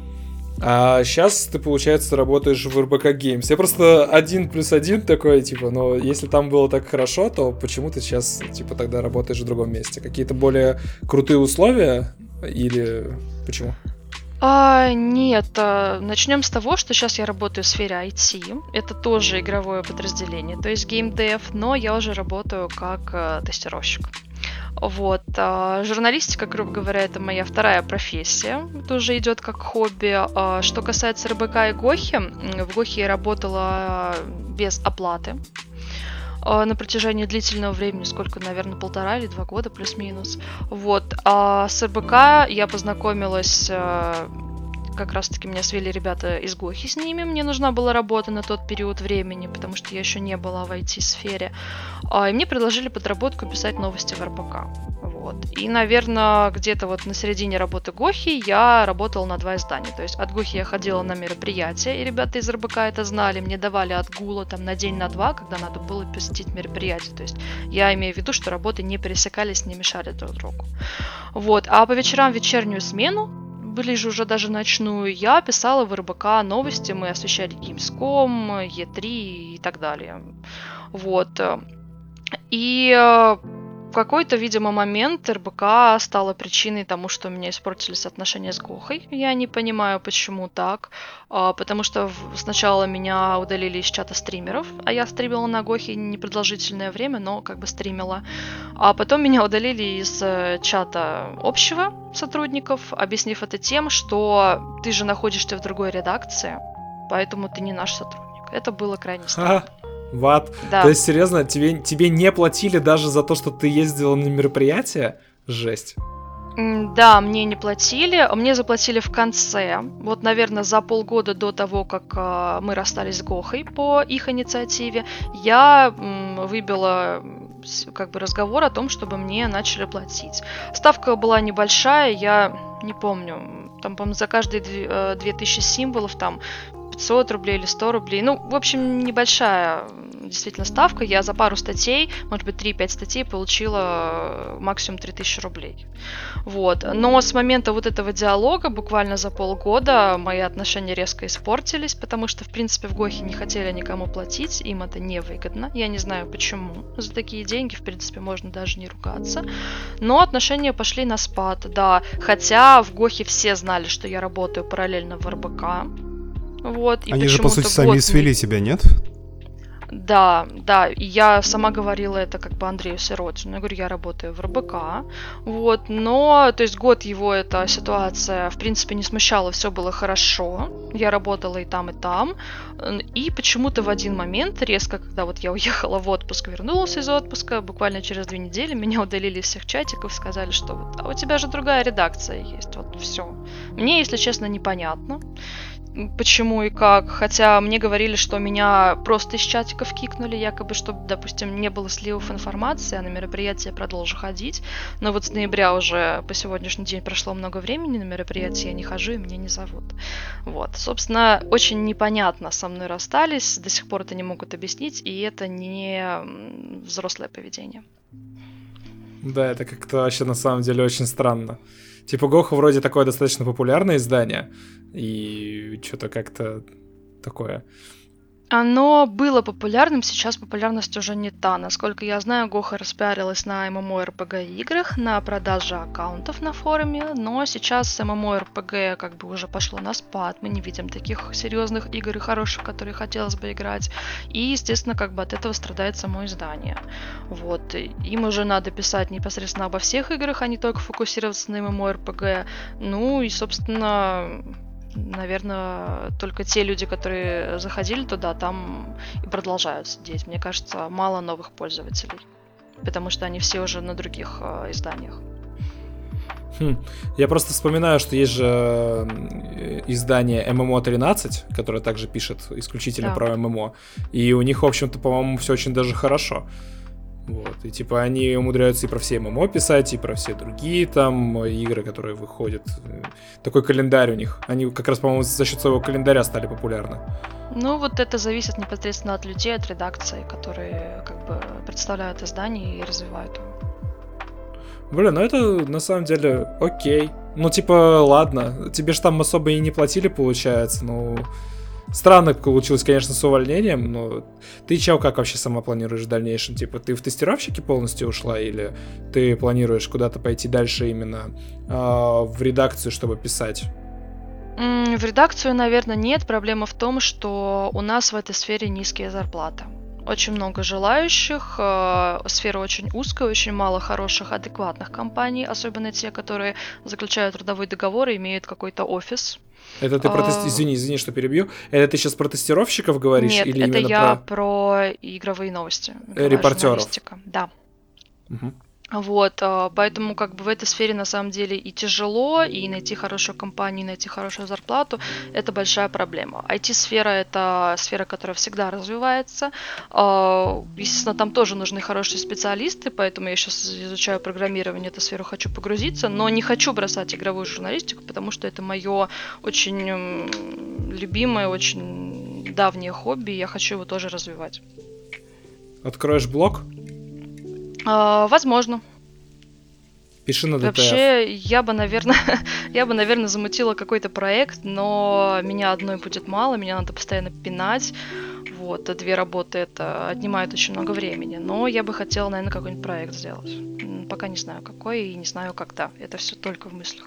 А сейчас ты, получается, работаешь в эр бэ ка Games. Я просто один плюс один такой, типа, но если там было так хорошо, то почему ты сейчас, типа, тогда работаешь в другом месте? Какие-то более крутые условия или почему? А, нет, а, начнем с того, что сейчас я работаю в сфере ай ти. Это тоже игровое подразделение, то есть геймдев, но я уже работаю как а, тестировщик. Вот. А, журналистика, грубо говоря, это моя вторая профессия. Это уже идет как хобби. А, что касается эр бэ ка и ГОХи, в ГОХе я работала без оплаты на протяжении длительного времени, сколько, наверное, полтора или два года, плюс-минус. Вот. А с эр бэ ка я познакомилась, как раз-таки меня свели ребята из ГОХи с ними, мне нужна была работа на тот период времени, потому что я еще не была в ай ти-сфере. И мне предложили подработку писать новости в эр бэ ка. Вот. И, наверное, где-то вот на середине работы ГОХи я работала на два издания. То есть от ГОХи я ходила на мероприятия, и ребята из эр бэ ка это знали. Мне давали отгула там на день, на два, когда надо было посетить мероприятие. То есть я имею в виду, что работы не пересекались, не мешали друг другу. Вот. А по вечерам вечернюю смену, ближе уже даже ночную, я писала в эр бэ ка новости. Мы освещали Gamescom, и три и так далее. Вот. И в какой-то, видимо, момент эр бэ ка стала причиной тому, что у меня испортились отношения с ГОХой. Я не понимаю, почему так. Потому что сначала меня удалили из чата стримеров, а я стримила на ГОХе непродолжительное время, но как бы стримила. А потом меня удалили из чата общего сотрудников, объяснив это тем, что ты же находишься в другой редакции, поэтому ты не наш сотрудник. Это было крайне странно. Ват. Да. То есть, серьезно, тебе, тебе не платили даже за то, что ты ездила на мероприятие? Жесть. Да, мне не платили. Мне заплатили в конце. Вот, наверное, за полгода до того, как э, мы расстались с ГОХой по их инициативе, я м, выбила как бы разговор о том, чтобы мне начали платить. Ставка была небольшая, я не помню. Там, по-моему, за каждые две тысячи символов там пятьсот рублей или сто рублей. Ну, в общем, небольшая действительно ставка. Я за пару статей, может быть, три-пять статей получила максимум три тысячи рублей. Вот. Но с момента вот этого диалога, буквально за полгода, мои отношения резко испортились, потому что, в принципе, в Гохе не хотели никому платить, им это невыгодно. Я не знаю почему. За такие деньги, в принципе, можно даже не ругаться. Но отношения пошли на спад, да. Хотя в Гохе все знали, что я работаю параллельно в эр бэ ка. Вот, и Они же, по сути, сами свели тебя, нет? Да, да, и я сама говорила это как бы Андрею Сиротину. Я говорю, я работаю в эр бэ ка, вот, но, то есть год его эта ситуация, в принципе, не смущала, все было хорошо, я работала и там, и там, и почему-то в один момент, резко, когда вот я уехала в отпуск, вернулась из отпуска, буквально через две недели меня удалили из всех чатиков, сказали, что вот, а у тебя же другая редакция есть, вот, все. Мне, если честно, непонятно. Почему и как, хотя мне говорили, что меня просто из чатиков кикнули, якобы, чтобы, допустим, не было сливов информации, а на мероприятие продолжу ходить, но вот с ноября уже по сегодняшний день прошло много времени, на мероприятие я не хожу и меня не зовут. Вот, собственно, очень непонятно со мной расстались, до сих пор это не могут объяснить, и это не взрослое поведение. Да, это как-то вообще на самом деле очень странно. Типа Гоха вроде такое достаточно популярное издание, и что-то как-то такое. Оно было популярным, сейчас популярность уже не та. Насколько я знаю, Гоха распиарилась на эм эм о эр пи джи играх, на продаже аккаунтов на форуме, но сейчас эм эм о эр пи джи как бы уже пошло на спад, мы не видим таких серьезных игр и хороших, которые хотелось бы играть, и, естественно, как бы от этого страдает само издание. Вот, им уже надо писать непосредственно обо всех играх, а не только фокусироваться на эм эм о эр пи джи, ну и, собственно... Наверное, только те люди, которые заходили туда, там и продолжают сидеть. Мне кажется, мало новых пользователей, потому что они все уже на других э, изданиях. Хм. Я просто вспоминаю, что есть же издание эм эм о тринадцать, которое также пишет исключительно да. про эм эм о, и у них, в общем-то, по-моему, все очень даже хорошо. Вот, и типа они умудряются и про все эм эм о писать, и про все другие там игры, которые выходят. Такой календарь у них. Они как раз, по-моему, за счет своего календаря стали популярны. Ну, вот это зависит непосредственно от людей, от редакции, которые как бы представляют издание и развивают его. Блин, ну это на самом деле окей. Ну, типа, ладно, тебе же там особо и не платили, получается, ну... Странно получилось, конечно, с увольнением, но ты чё, как вообще сама планируешь в дальнейшем? Типа, ты в тестировщики полностью ушла или ты планируешь куда-то пойти дальше именно э, в редакцию, чтобы писать? Mm, в редакцию, наверное, нет. Проблема в том, что у нас в этой сфере низкие зарплаты. Очень много желающих, э, сфера очень узкая, очень мало хороших, адекватных компаний, особенно те, которые заключают трудовой договор и имеют какой-то офис. Это ты про... А... Извини, извини, что перебью. Это ты сейчас про тестировщиков говоришь? Нет, или это именно я про... про игровые новости. Репортеров. Да. Угу. Вот, поэтому как бы в этой сфере на самом деле и тяжело, и найти хорошую компанию, и найти хорошую зарплату – это большая проблема. ай ти-сфера – это сфера, которая всегда развивается. Естественно, там тоже нужны хорошие специалисты, поэтому я сейчас изучаю программирование, эту сферу хочу погрузиться, но не хочу бросать игровую журналистику, потому что это мое очень любимое, очень давнее хобби, и я хочу его тоже развивать. Откроешь блог? А, возможно. Пиши на ди ти эф. Вообще, я бы, наверное, я бы, наверное, замутила какой-то проект, но меня одной будет мало, меня надо постоянно пинать. Вот, а две работы это отнимает очень много времени. Но я бы хотела, наверное, какой-нибудь проект сделать. Пока не знаю какой и не знаю когда. Это все только в мыслях.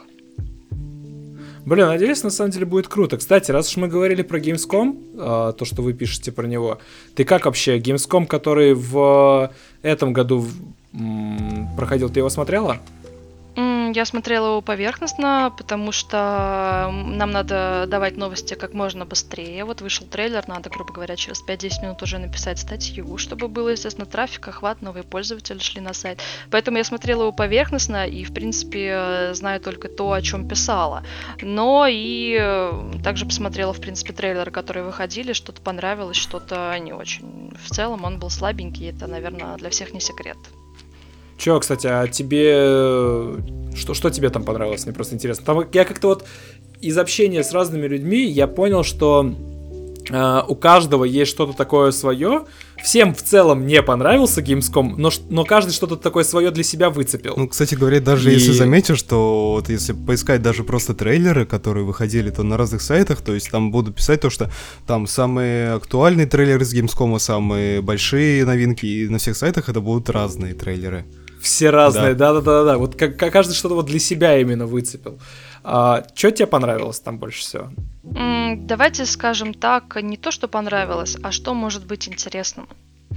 Блин, надеюсь, на самом деле будет круто. Кстати, раз уж мы говорили про Gamescom, то, что вы пишете про него, ты как вообще? Gamescom, который в этом году проходил, ты его смотрела? Я смотрела его поверхностно, потому что нам надо давать новости как можно быстрее. Вот вышел трейлер, надо, грубо говоря, через пять-десять минут уже написать статью, чтобы было, естественно, трафик, охват, новые пользователи шли на сайт. Поэтому я смотрела его поверхностно и, в принципе, знаю только то, о чем писала. Но и также посмотрела, в принципе, трейлеры, которые выходили, что-то понравилось, что-то не очень. В целом он был слабенький, это, наверное, для всех не секрет. Чё, кстати, а тебе... Что, что тебе там понравилось? Мне просто интересно. Там я как-то вот из общения с разными людьми я понял, что Uh, у каждого есть что-то такое свое. Всем в целом не понравился Gamescom, но, но каждый что-то такое свое для себя выцепил. Ну, кстати говоря, даже И... если заметишь, что вот если поискать даже просто трейлеры, которые выходили то на разных сайтах, то есть там будут писать то, что там самые актуальные трейлеры с Gamescom, самые большие новинки, и на всех сайтах это будут разные трейлеры. Все разные, да-да-да-да. Вот как, как каждый что-то вот для себя именно выцепил. А, что тебе понравилось там больше всего? М, Давайте скажем так, не то, что понравилось, а что может быть интересным.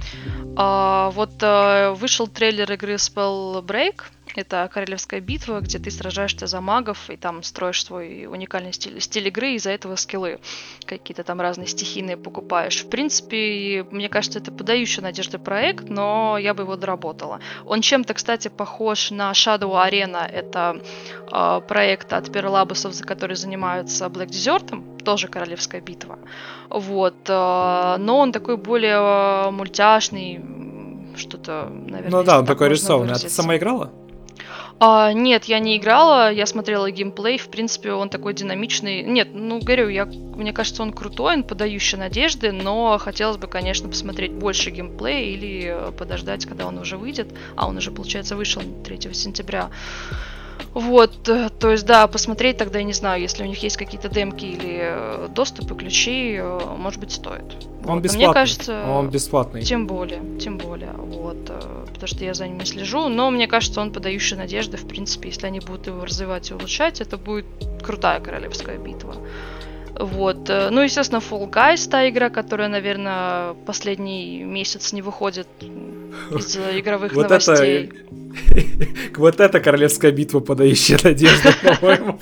А, вот э, вышел трейлер игры Spellbreak. Это королевская битва, где ты сражаешься за магов и там строишь свой уникальный стиль, стиль игры, и из-за этого скиллы какие-то там разные стихийные покупаешь. В принципе, мне кажется, это подающий надежды проект, но я бы его доработала. Он чем-то, кстати, похож на Shadow Arena. Это э, проект от Perlabus, за который занимаются Black Desert, тоже королевская битва. Вот. Э, но он такой более мультяшный, что-то, наверное, Ну да, он так такой можно рисованный. А ты выразиться. сама играла? А, нет, я не играла, я смотрела геймплей, в принципе, он такой динамичный. Нет, ну, говорю, я, мне кажется, он крутой, он подающий надежды, но хотелось бы, конечно, посмотреть больше геймплея или подождать, когда он уже выйдет. А он уже, получается, вышел третьего сентября. Вот, э, то есть, да, посмотреть тогда, я не знаю, если у них есть какие-то демки или э, доступы, ключи, э, может быть, стоит. Он Вот. Но бесплатный. мне кажется, Он бесплатный. тем более, тем более, вот, э, потому что я за ним не слежу, но мне кажется, он подающий надежды, в принципе, если они будут его развивать и улучшать, это будет крутая королевская битва. Вот, э, ну, естественно, Fall Guys, та игра, которая, наверное, последний месяц не выходит из-за игровых Вот новостей. это... Вот это королевская битва, подающая надежду, по-моему.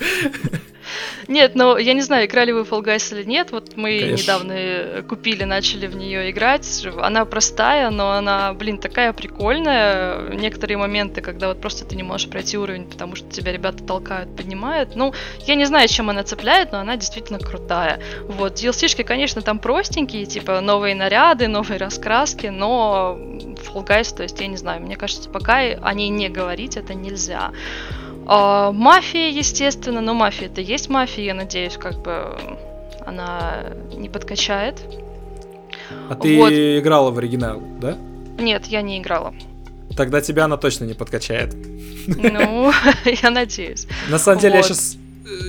Нет, ну, я не знаю, играли вы в Fall Guys или нет, вот мы Конечно. недавно купили, начали в нее играть, она простая, но она, блин, такая прикольная, некоторые моменты, когда вот просто ты не можешь пройти уровень, потому что тебя ребята толкают, поднимают, ну, я не знаю, чем она цепляет, но она действительно крутая, вот, ди эл си-шки, конечно, там простенькие, типа новые наряды, новые раскраски, но Fall Guys, то есть, я не знаю, мне кажется, пока о ней не говорить, это нельзя. А, мафия, естественно, но мафия это есть мафия, я надеюсь, как бы она не подкачает. А ты Вот. играла в оригинал, да? Нет, я не играла. Тогда тебя она точно не подкачает. Ну, я надеюсь. На самом деле, я Вот. сейчас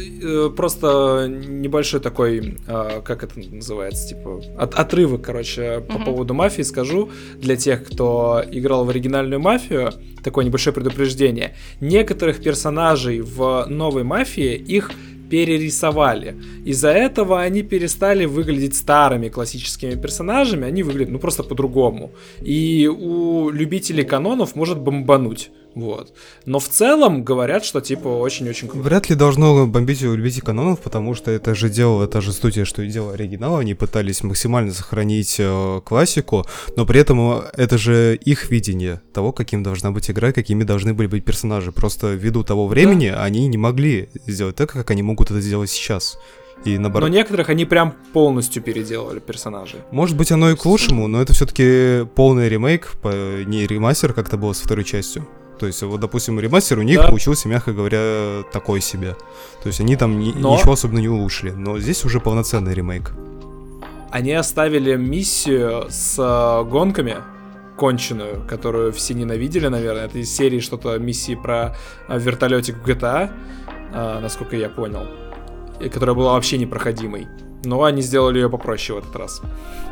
просто небольшой такой, э, как это называется, типа, от- отрывок, короче, по Мгм. поводу мафии скажу. Для тех, кто играл в оригинальную мафию, такое небольшое предупреждение. Некоторых персонажей в новой мафии их перерисовали. Из-за этого они перестали выглядеть старыми классическими персонажами, они выглядят, ну, просто по-другому. И у любителей канонов может бомбануть. Вот. Но в целом говорят, что типа очень-очень круто. Вряд ли должно бомбить у любителей канонов, потому что это же делала та же студия, что и делала оригинал. Они пытались максимально сохранить э, классику, но при этом э, это же их видение того, каким должна быть игра, какими должны были быть персонажи. Просто ввиду того времени они не могли сделать так, как они могут это сделать сейчас. И Но наоборот. некоторых они прям полностью переделали персонажей. Может быть, оно и к лучшему, но это все-таки полный ремейк, по- не ремастер, как это было со второй частью. То есть, вот, допустим, ремастер у них Да. получился, мягко говоря, такой себе. То есть они там ни- Но- ничего особенно не улучшили. Но здесь уже полноценный ремейк. Они оставили миссию с э, гонками конченую, которую все ненавидели, наверное. Это из серии что-то миссии про э, вертолетик в джи ти эй, э, насколько я понял, и которая была вообще непроходимой. Но они сделали ее попроще в этот раз.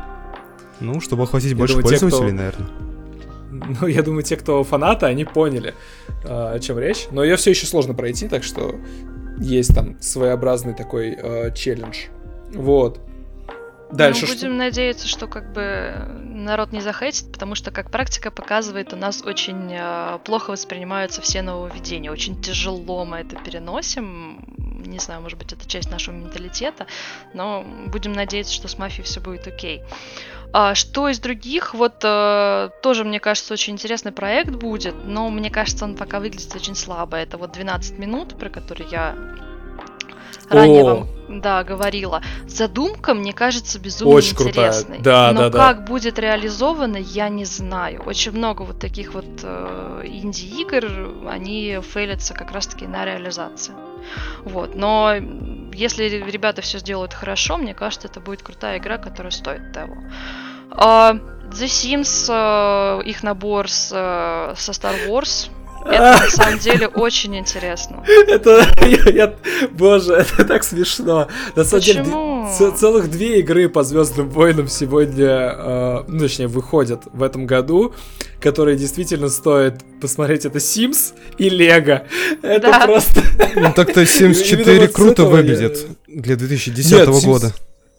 Ну, чтобы охватить Я больше думаю, те, пользователей, кто- наверное. Ну, я думаю, те, кто фанаты, они поняли, э, о чем речь. Но ее все еще сложно пройти, так что есть там своеобразный такой э, челлендж. Вот. Дальше ну, что? будем надеяться, что как бы народ не захейтит, потому что, как практика показывает, у нас очень э, плохо воспринимаются все нововведения. Очень тяжело мы это переносим. Не знаю, может быть, это часть нашего менталитета, но будем надеяться, что с мафией все будет окей. А что из других? Вот э, тоже, мне кажется, очень интересный проект будет, но мне кажется, он пока выглядит очень слабо. Это вот двенадцать минут, про который я ранее О. вам, да, говорила. Задумка, мне кажется, безумно Очень крутая. интересной. Да, Но да, да. как будет реализовано, я не знаю. Очень много вот таких вот э, инди-игр, они фейлятся как раз-таки на реализации. Вот. Но если ребята все сделают хорошо, мне кажется, это будет крутая игра, которая стоит того. А, The Sims, э, их набор с, э, со Star Wars, это на самом деле очень интересно. Это, я, я- боже, это так смешно. На самом деле, Почему? ц- целых две игры по Звездным войнам сегодня, э, ну, точнее, выходят в этом году, которые действительно стоит посмотреть. Это Sims и Лего. Это Да. просто... Ну так-то Sims Именно четыре вот с круто этого я- выглядит для две тысячи десятого Нет, Sims- года.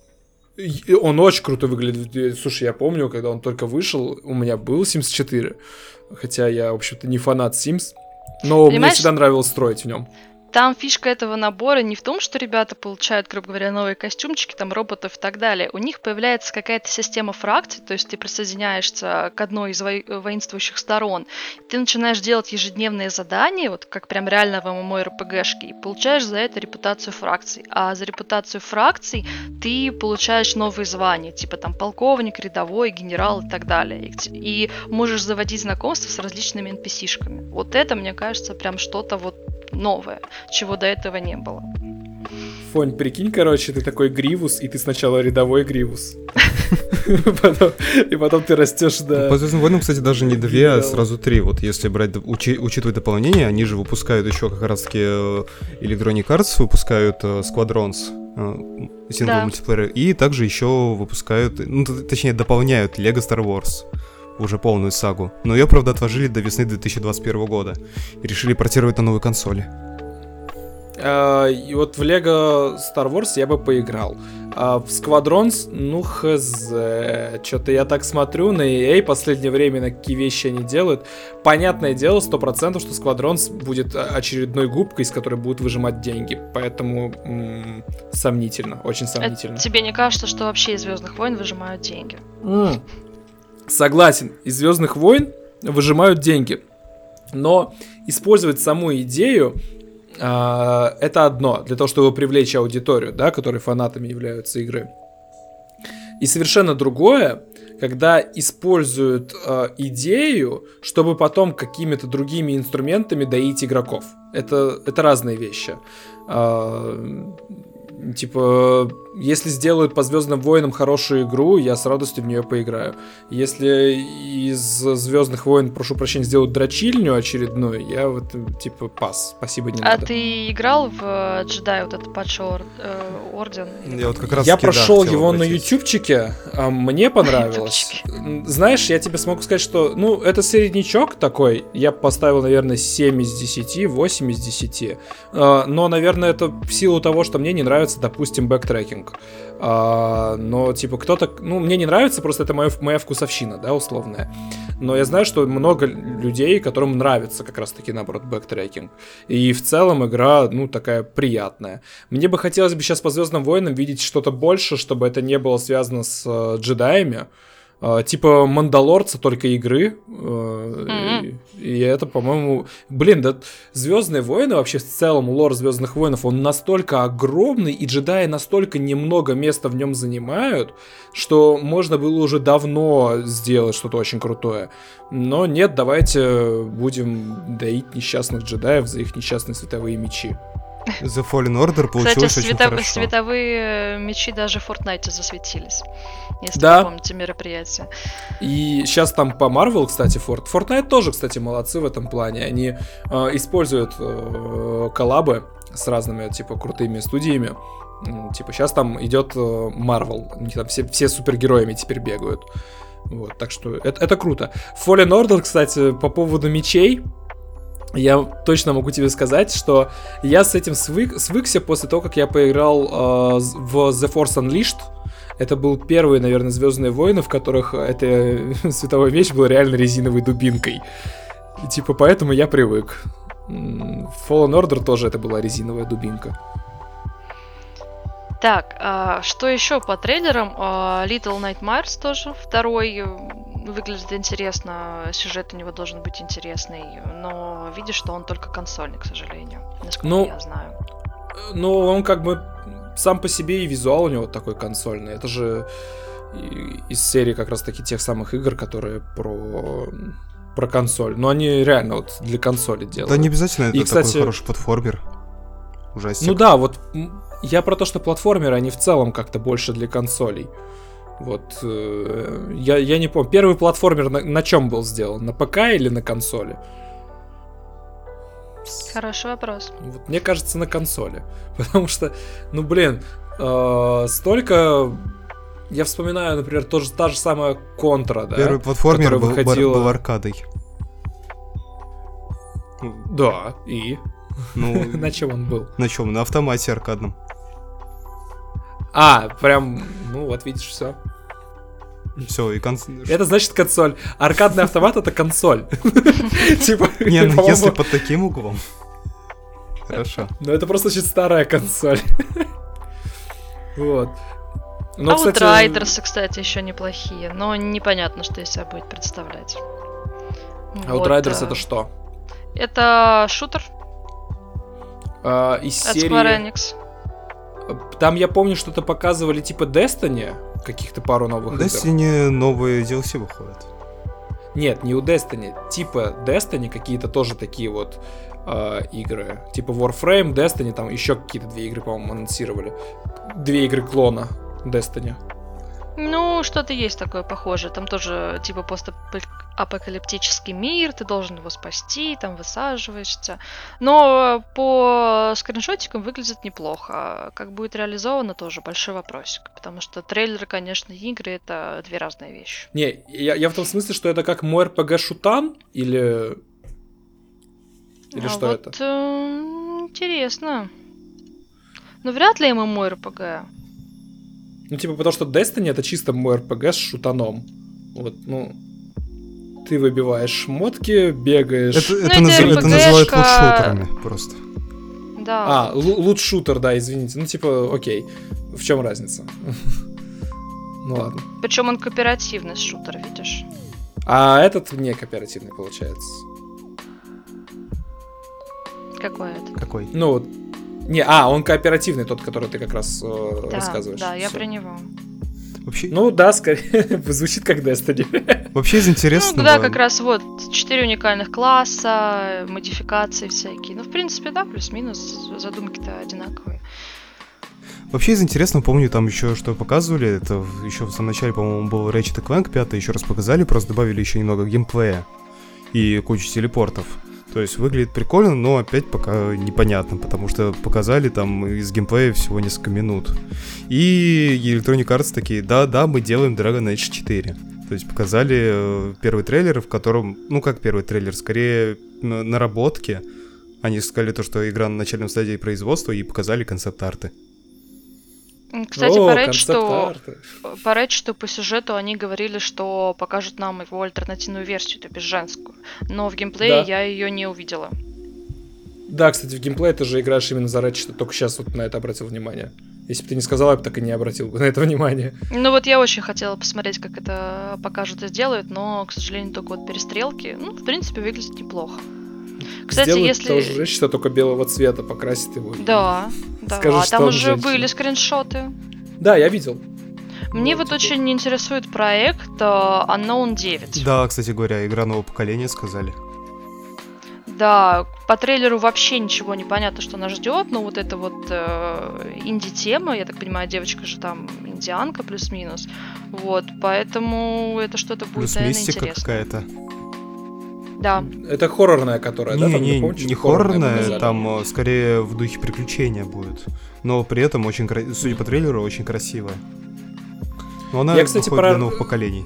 И Он очень круто выглядит. Слушай, я помню, когда он только вышел, у меня был Sims четыре. Хотя я, в общем-то, не фанат Sims. Но мне Понимаешь? всегда нравилось строить в нем. Там фишка этого набора не в том, что ребята получают, грубо говоря, новые костюмчики, там, роботов и так далее. У них появляется какая-то система фракций, то есть ты присоединяешься к одной из во- воинствующих сторон, ты начинаешь делать ежедневные задания, вот как прям реально в ММО-РПГшке, и получаешь за это репутацию фракций. А за репутацию фракций ты получаешь новые звания, типа там полковник, рядовой, генерал и так далее. И, т- и можешь заводить знакомства с различными эн пи си-шками. Вот это, мне кажется, прям что-то вот новое, чего до этого не было. Фонь, прикинь, короче, ты такой Гривус, и ты сначала рядовой Гривус. Потом- И потом ты растешь до... По Звездным войнам, кстати, даже не две, а Генерал. сразу три. Вот если брать, учи- учитывать дополнение, они же выпускают еще как раз-таки э, Electronic Arts, выпускают э, Squadrons, э, сингл Да. мультиплеер, и также еще выпускают, ну, т- точнее, дополняют Lego Star Wars. Уже полную сагу. Но ее, правда, отложили до весны две тысячи двадцать первого года. И решили портировать на новые консоли. А, И вот в Lego Star Wars я бы поиграл. А в Squadrons, ну хз. Что-то я так смотрю на и эй, последнее время на какие вещи они делают. Понятное дело, сто процентов, что Squadrons будет очередной губкой, из которой будут выжимать деньги. Поэтому м, сомнительно, очень Это сомнительно. тебе не кажется, что вообще из Звездных войн выжимают деньги? М. Согласен, из Звездных войн выжимают деньги. Но использовать саму идею а, это одно, для того, чтобы привлечь аудиторию, да, которые фанатами являются игры. И совершенно другое, когда используют а, идею, чтобы потом какими-то другими инструментами доить игроков. Это, это разные вещи. А, Типа, если сделают по Звездным войнам хорошую игру, я с радостью в нее поиграю. Если из Звездных войн, прошу прощения, сделают дрочильню очередную, я вот, типа, пас, спасибо, не А надо. ты играл в э, джедай, вот этот Падший Ор- э, Орден? Или Я вот как раз Я прошел его на ютубчике, а мне понравилось. Знаешь, я тебе смогу сказать, что, ну, это среднячок такой, я поставил, наверное, семь из десяти, восемь из десяти. А, Но, наверное, это в силу того, что мне не нравится, допустим, бэктрекинг. А, Но, типа, кто-то... Ну, мне не нравится, просто это моя, моя вкусовщина, да, условная. Но я знаю, что много людей, которым нравится как раз-таки, наоборот, бэктрекинг. И в целом игра, ну, такая приятная. Мне бы хотелось бы сейчас по Звездным войнам видеть что-то больше, чтобы это не было связано с э, джедаями. Э, типа Мандалорца, только игры. Э, Мгм. и, и это, по-моему... Блин, да Звездные войны, вообще в целом лор Звездных войнов, он настолько огромный, и джедаи настолько немного места в нем занимают, что можно было уже давно сделать что-то очень крутое. Но нет, давайте будем доить несчастных джедаев за их несчастные световые мечи. The Fallen Order получилось Кстати, очень света- хорошо. световые мечи даже в Fortnite засветились. Если Да. вы помните мероприятие. И сейчас там по Marvel, кстати, Fort... Fortnite тоже, кстати, молодцы в этом плане. Они э, используют э, коллабы с разными, типа, крутыми студиями. М, Типа, сейчас там идет э, Marvel. Они там все, все супергероями теперь бегают. Вот, так что это, это круто. Fallen Order, кстати, по поводу мечей, я точно могу тебе сказать, что я с этим свык, свыкся после того, как я поиграл э, в The Force Unleashed. Это был первый, наверное, Звездные войны, в которых эта световой меч был реально резиновой дубинкой. И типа поэтому я привык. М, в Fallen Order тоже это была резиновая дубинка. Так, а, что еще по трейлерам? А, Little Nightmares тоже второй э, выглядит интересно, сюжет у него должен быть интересный, но видишь, что он только консольный, к сожалению, насколько Ну, я знаю. Ну, он как бы сам по себе и визуал у него такой консольный. Это же из серии как раз-таки тех самых игр, которые про, про консоль. Но они реально вот для консоли делают. Да не обязательно это и, кстати, такой хороший платформер. Ужастик. Ну да, вот я про то, что платформеры, они в целом как-то больше для консолей. Вот, э, я, я не помню, первый платформер на, на чем был сделан? На ПК или на консоли? Хороший вопрос. Вот, мне кажется, на консоли. Потому что, ну блин, э, столько... Я вспоминаю, например, тоже, та же самая Контра, да? Первый платформер был, выходила... был аркадой. Да, и? Ну, на чем он был? На чем? На автомате аркадном. А, прям, ну вот видишь, все. Все, и конс... Это значит консоль. Аркадный автомат — это консоль. Типа, не, ну если под таким углом. Хорошо. Ну это просто очень старая консоль. Вот. А вот Райдерсы, кстати, еще неплохие, но непонятно, что из себя будет представлять. А вот Райдерс это что? Это шутер. Из серии... Square Enix. Там я помню, что-то показывали типа Destiny, каких-то пару новых игр. Destiny новые ди эл си выходят. Нет, не у Destiny, типа Destiny какие-то тоже такие вот э, игры. Типа Warframe, Destiny, там еще какие-то две игры, по-моему, анонсировали. Две игры клона Destiny. Ну, что-то есть такое похожее. Там тоже типа постапокалиптический мир, ты должен его спасти, там высаживаешься. Но по скриншотикам выглядит неплохо. Как будет реализовано, тоже большой вопросик. Потому что трейлеры, конечно, и игры — это две разные вещи. Не, я, я в том смысле, что это как мой эр пи джи-шутан или... Или а что вот, это? Э, интересно. Ну, вряд ли эм эм о эр пи джи. Ну, типа, потому что Destiny — это чисто мой эр пи джи с шутаном. Вот, ну... Ты выбиваешь шмотки, бегаешь... Это, ну, это, наз... это называют лут-шутерами просто. Да. А, лут-шутер, да, извините. Ну, типа, окей. В чем разница? Ну, ладно. Причем он кооперативный шутер, видишь? А этот не кооперативный, получается. Какой это? Какой? Ну, вот. Не, а, он кооперативный, тот, который ты как раз э, да, рассказываешь. Да, я Всё. про него. Вообще... Ну да, скорее, звучит как Destiny. Вообще из интересного... Ну да, как раз вот четыре уникальных класса, модификации всякие. Ну, в принципе, да, плюс-минус, задумки-то одинаковые. Вообще из интересного, помню, там еще что показывали, это еще в самом начале, по-моему, был Ratchet энд Clank пять, еще раз показали, просто добавили еще немного геймплея и кучу телепортов. То есть выглядит прикольно, но опять пока непонятно, потому что показали там из геймплея всего несколько минут. И Electronic Arts такие: да-да, мы делаем Dragon Age четыре. То есть показали э, первый трейлер, в котором, ну как первый трейлер, скорее на- наработки. Они сказали то, что игра на начальной стадии производства, и показали концепт-арты. Кстати, О, по Рэдчету, концепт-арты. по Рэдчету, по сюжету они говорили, что покажут нам его альтернативную версию, то бишь женскую. Но в геймплее Да. я ее не увидела. Да, кстати, в геймплее ты же играешь именно за Ratchet, только сейчас вот на это обратил внимание. Если бы ты не сказал, я бы так и не обратил бы на это внимание. Ну вот я очень хотела посмотреть, как это покажут и сделают, но, к сожалению, только вот перестрелки. Ну, в принципе, выглядит неплохо. Кстати, Сделают если... того же Ratchet, только белого цвета, покрасит его. и- Да, да. Скажут, а что там он уже женщина. были скриншоты. Да, я видел. Мне Ну, вот типа- очень интересует проект э, Unknown девять. Да, кстати говоря, игра нового поколения, сказали. Да, по трейлеру вообще ничего не понятно, что нас ждет, но вот это вот э, инди-тема, я так понимаю, девочка же там индианка плюс-минус, вот, поэтому это что-то будет, Плюс наверное, мистика интересно. какая-то. Да, Это хоррорная, которая, да? Не, Там, не, помнишь, не хоррорная хоррорная, показали? там э, скорее в духе приключения будет. Но при этом очень, кра- судя по трейлеру, очень красивая. Но она Я, кстати, выходит про- для новых поколений.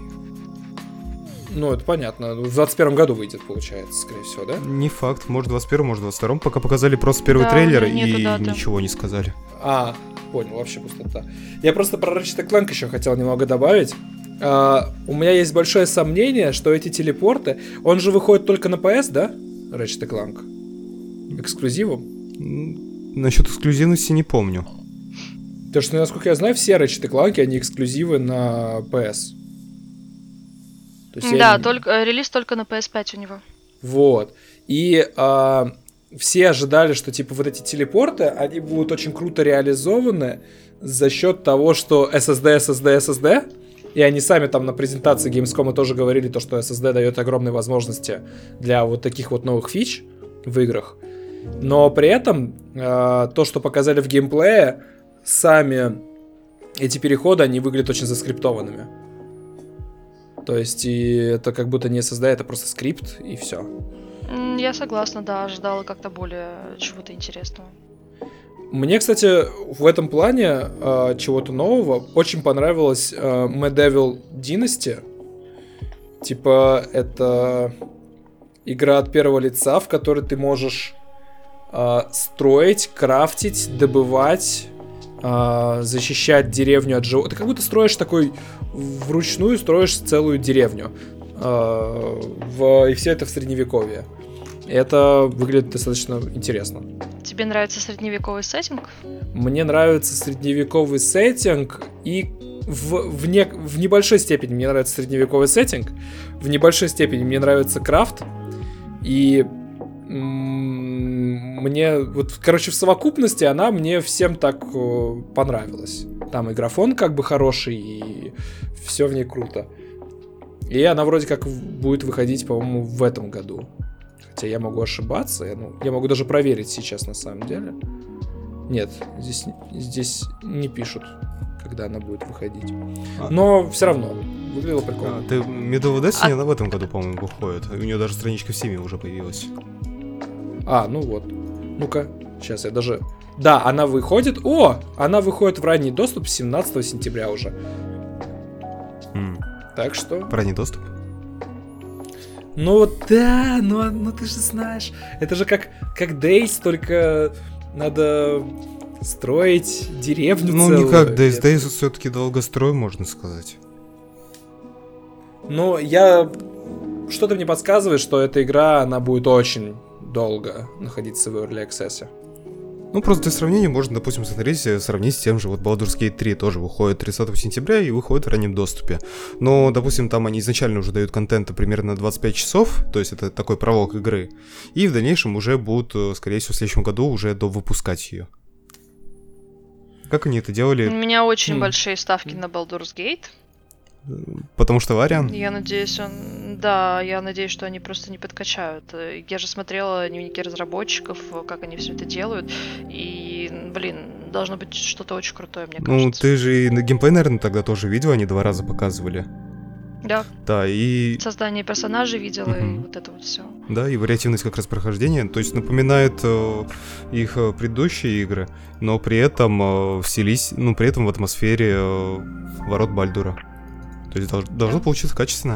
Ну, это понятно. В двадцать первом году выйдет, получается, скорее всего, да? Не факт, может двадцать первом, может двадцать втором. Пока показали просто первый Да, трейлер у меня нету и даты. ничего не сказали. А, понял, вообще пустота. Я просто про Ratchet энд Clank еще хотел немного добавить. А, у меня есть большое сомнение, что эти телепорты... Он же выходит только на пи эс, да? Ratchet энд Clank? Эксклюзивом? М, Насчет эксклюзивности не помню. Потому что, насколько я знаю, все Ratchet энд Clank, они эксклюзивы на пи эс. То есть я да, не- только, э, релиз только на пи эс пять у него. Вот. И а, все ожидали, что типа вот эти телепорты, они будут очень круто реализованы за счет того, что эс эс ди, эс эс ди, эс эс ди, и они сами там на презентации Gamescom тоже говорили, то, что эс эс ди дает огромные возможности для вот таких вот новых фич в играх. Но при этом э, то, что показали в геймплее, сами эти переходы, они выглядят очень заскриптованными. То есть и это как будто не эс эс ди, это просто скрипт, и все. Я согласна, да, ожидала как-то более чего-то интересного. Мне, кстати, в этом плане э, чего-то нового очень понравилось э, Medieval Dynasty. Типа, это игра от первого лица, в которой ты можешь э, строить, крафтить, добывать, э, защищать деревню от животных. Ты как будто строишь такой, вручную строишь целую деревню. Э, в, и все это в средневековье. Это выглядит достаточно интересно. Тебе нравится средневековый сеттинг? Мне нравится средневековый сеттинг, и в, в, не, в небольшой степени мне нравится средневековый сеттинг, в небольшой степени мне нравится крафт, и м- мне, вот, короче, в совокупности она мне всем так э, понравилась. Там и графон как бы хороший, и все в ней круто. И она вроде как будет выходить, по-моему, в этом году. Хотя я могу ошибаться, я, ну, я могу даже проверить сейчас на самом деле. Нет, здесь, здесь не пишут, когда она будет выходить. Но все равно, выглядело прикольно. А, ты Medieval Destiny, А... она в этом году, по-моему, выходит. У нее даже страничка в Steam уже появилась. А, ну вот. Ну-ка, сейчас я даже... Да, она выходит... О! Она выходит в ранний доступ семнадцатого сентября уже. М. Так что... В ранний доступ? Ну да, ну, ну ты же знаешь, это же как, как Days, только надо строить деревню Ну, целую. не как Days, Days все-таки долгострой, можно сказать. Ну, я... Что-то мне подсказывает, что эта игра, она будет очень долго находиться в Early Access. Ну, просто для сравнения можно, допустим, смотреть, сравнить с тем же, вот Baldur's Gate три тоже выходит тридцатого сентября и выходит в раннем доступе. Но, допустим, там они изначально уже дают контента примерно на двадцать пять часов, то есть это такой пролог игры, и в дальнейшем уже будут, скорее всего, в следующем году уже довыпускать ее. Как они это делали? У меня очень М. большие ставки на Baldur's Gate. Потому что Вариан? Я надеюсь, он... Да, я надеюсь, что они просто не подкачают. Я же смотрела дневники разработчиков, как они все это делают. И, блин, должно быть что-то очень крутое, мне кажется. Ну, ты же и на геймплей, наверное, тогда тоже видел, они два раза показывали. Да. Да, и... Создание персонажей видела, Мгм. и вот это вот все. Да, и вариативность как раз прохождения, то есть напоминает э, их э, предыдущие игры, но при этом э, вселись, ну, при этом в атмосфере э, ворот Бальдура. То есть долж- должно получиться качественно.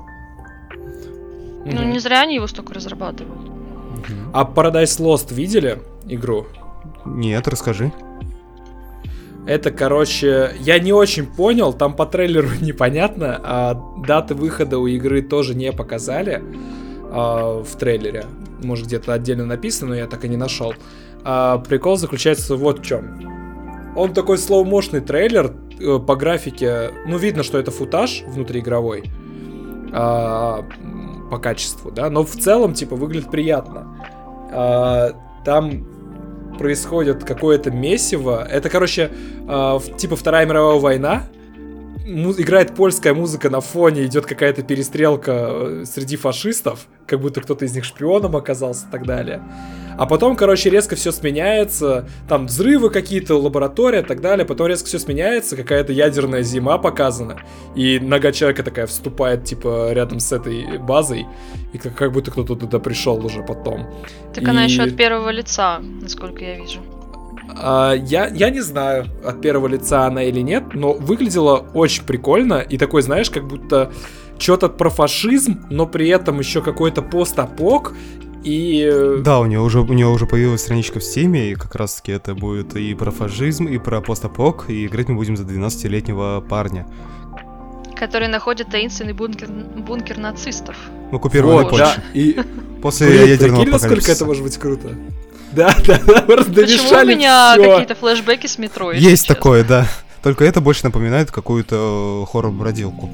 Ну, не зря они его столько разрабатывают. А Paradise Lost видели игру? Нет, расскажи. Это, короче, я не очень понял, там по трейлеру непонятно, а даты выхода у игры тоже не показали а, в трейлере. Может, где-то отдельно написано, но я так и не нашел. А, прикол заключается вот в чем. Он такой слоу-мошный трейлер э, по графике. Ну, видно, что это футаж внутриигровой а, по качеству, да, но в целом, типа, выглядит приятно. А, там происходит какое-то месиво. Это, короче, э, типа Вторая мировая война. Му- играет польская музыка на фоне, идет какая-то перестрелка э, среди фашистов, как будто кто-то из них шпионом оказался и так далее. А потом, короче, резко все сменяется, там взрывы какие-то, лаборатория и так далее, потом резко все сменяется, какая-то ядерная зима показана, и нога человека такая вступает, типа, рядом с этой базой, и как, как будто кто-то туда пришел уже потом. Так она И- еще от первого лица, насколько я вижу. А, я, я не знаю, от первого лица она или нет, но выглядела очень прикольно, и такой, знаешь, как будто что-то про фашизм, но при этом еще какой-то постапок, и... э, Да, у нее уже, у нее уже появилась страничка в Стиме, и как раз таки это будет и про фашизм, и про постапок, и играть мы будем за двенадцатилетнего парня. Который находит таинственный бункер, бункер нацистов. Ну, оккупированной вот, Польши. да, и... После Блин, ядерного прикинь, насколько апокалипсиса. это может быть круто. Да, да, да, просто Почему у домешали меня всё. какие-то флешбеки с метро? если Есть честно? такое, да. Только это больше напоминает какую-то э, хоррор-бродилку.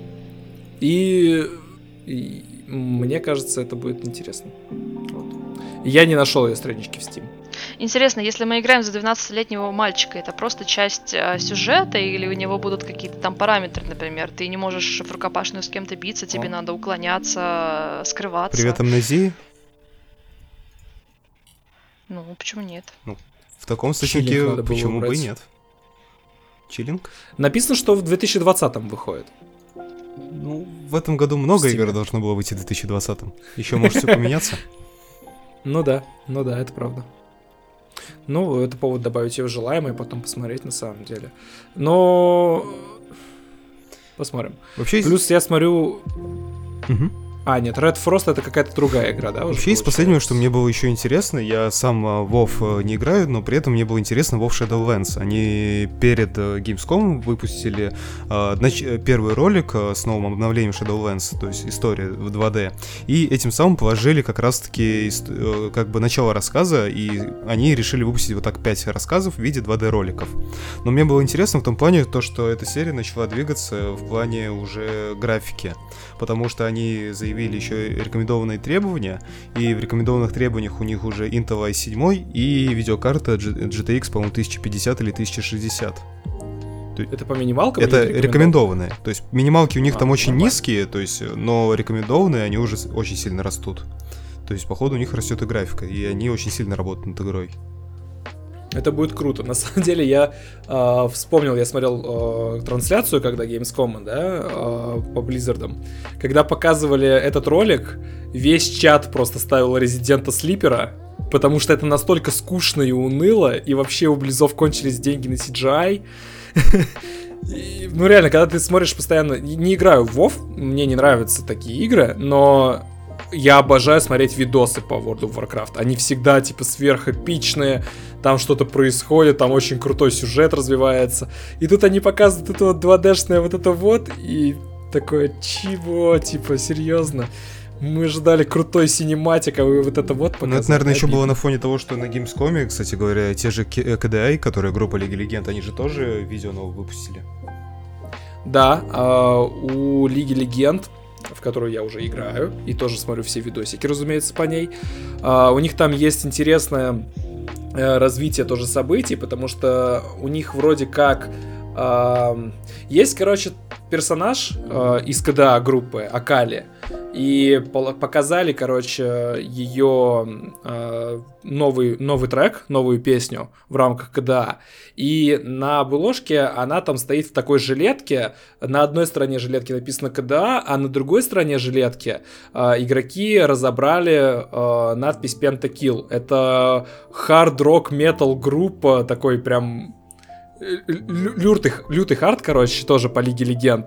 И... и мне кажется, это будет интересно. Вот. Я не нашел ее странички в Steam. Интересно, если мы играем за двенадцатилетнего мальчика, это просто часть э, сюжета, или у него будут какие-то там параметры, например, ты не можешь в рукопашную с кем-то биться, тебе О. надо уклоняться, скрываться. Привет, амнезии. Ну, почему нет? В таком Чиллинг случае, надо было почему бы и убрать. нет? Чиллинг? Написано, что в две тысячи двадцатом выходит. Ну, в этом году много Steam. игр должно было выйти в две тысячи двадцатом. Еще может все поменяться. Ну да, ну да, это правда. Ну, это повод добавить ее в желаемое, потом посмотреть на самом деле. Но... Посмотрим. Вообще, из- Плюс я смотрю... Мгм. А, нет, Red Frost это какая-то другая игра, да? уже Вообще, из получается? последнего, что мне было еще интересно, я сам а, WoW а, не играю, но при этом мне было интересно WoW Shadowlands. Они перед а, Gamescom выпустили а, нач- первый ролик а, с новым обновлением Shadowlands, то есть история в два дэ, и этим самым положили как раз-таки ист- э, как бы начало рассказа, и они решили выпустить вот так пять рассказов в виде два дэ роликов. Но мне было интересно в том плане, то, что эта серия начала двигаться в плане уже графики, потому что они заявили еще рекомендованные требования, и в рекомендованных требованиях у них уже Intel ай семь и видеокарта G- джи ти экс, по-моему, тысяча пятьдесят или тысяча шестьдесят. Это по минималкам? Это или рекомендованные. То есть минималки у них А, там очень нормально. низкие, то есть, но рекомендованные они уже с- очень сильно растут. То есть, походу, у них растет и графика, и они очень сильно работают над игрой. Это будет круто. На самом деле я э, вспомнил, я смотрел э, трансляцию, когда Gamescom, да, э, по Blizzard. Когда показывали этот ролик, весь чат просто ставил Резидента Слипера, потому что это настолько скучно и уныло, и вообще у Близов кончились деньги на си джи ай. И, ну реально, когда ты смотришь постоянно... Не играю в WoW, мне не нравятся такие игры, но я обожаю смотреть видосы по World of Warcraft. Они всегда типа сверхэпичные, там что-то происходит, там очень крутой сюжет развивается. И тут они показывают это вот два дэ-шное вот это вот, и такое, чего, типа, серьезно? Мы ждали крутой синематик, а вы вот это вот показываете. Ну, это, наверное, еще Обидно. было на фоне того, что на Gamescom, кстати говоря, те же КДА, которые группа Лиги Легенд, они же тоже видео новое выпустили. Да, а, у Лиги Легенд, в которую я уже играю, и тоже смотрю все видосики, разумеется, по ней, а, у них там есть интересное э, развитие тоже событий, потому что у них вроде как а, есть, короче, персонаж э, из КДА группы, Акали, и пол- показали, короче, ее э, новый, новый трек, новую песню в рамках КДА, и на обложке она там стоит в такой жилетке, на одной стороне жилетки написано КДА, а на другой стороне жилетки э, игроки разобрали э, надпись Pentakill. Это хард-рок метал группа, такой прям лю- лютый, лютый хард, короче, тоже по Лиге Легенд.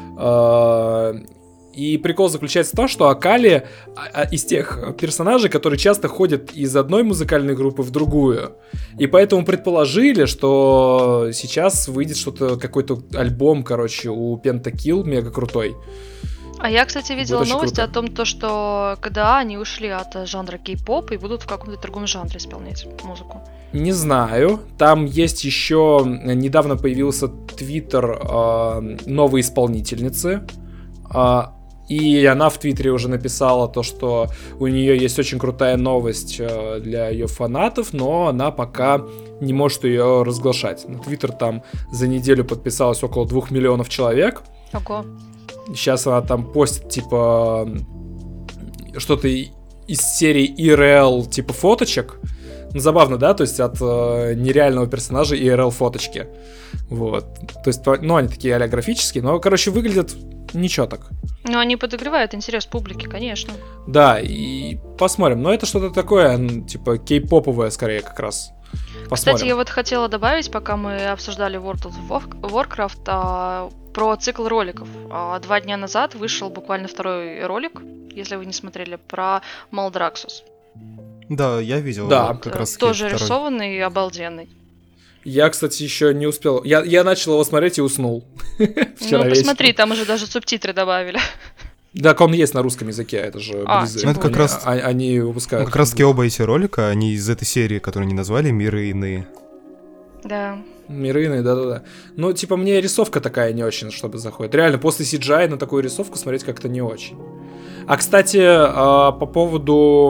Э, И прикол заключается в том, что Акали а, а, из тех персонажей, которые часто ходят из одной музыкальной группы в другую. И поэтому предположили, что сейчас выйдет что-то, какой-то альбом, короче, у Pentakill мега крутой. А я, кстати, видела очень новости круто. о том, то, что КДА они ушли от жанра кей-поп и будут в каком-то другом жанре исполнять музыку. Не знаю. Там есть еще... Недавно появился твиттер э, новой исполнительницы. Э, И она в Твиттере уже написала то, что у нее есть очень крутая новость э, для ее фанатов, но она пока не может ее разглашать. На Твиттер там за неделю подписалось около двух миллионов человек. Ого. Сейчас она там постит, типа, что-то и- из серии и эр эл, типа, фоточек. Ну, забавно, да? То есть от э, нереального персонажа и эр эл фоточки. Вот. То есть, ну, они такие а-ля графические, но, короче, выглядят ничего так. Ну, они подогревают интерес публики, конечно. Да, и посмотрим. Но это что-то такое, ну, типа, кей-поповое, скорее, как раз. Посмотрим. Кстати, я вот хотела добавить, пока мы обсуждали World of Warcraft, а, про цикл роликов. А, два дня назад вышел буквально второй ролик, если вы не смотрели, про Малдраксус. Да, я видел. Да. как раз Тоже второй. рисованный и обалденный. Я, кстати, еще не успел. Я, я начал его смотреть и уснул. Вчера Ну, посмотри, вечером. там уже даже субтитры добавили. Так он есть на русском языке, это же А, Blizzard. тем Ну, это как Они- раз- а- Они Ну, выпускают. как раз таки оба эти ролика, они из этой серии, которую они назвали «Миры иные». Да. Мирыны, да-да-да. Ну, типа, мне рисовка такая не очень, чтобы заходит. Реально, после си джи ай на такую рисовку смотреть как-то не очень. А, кстати, а, по поводу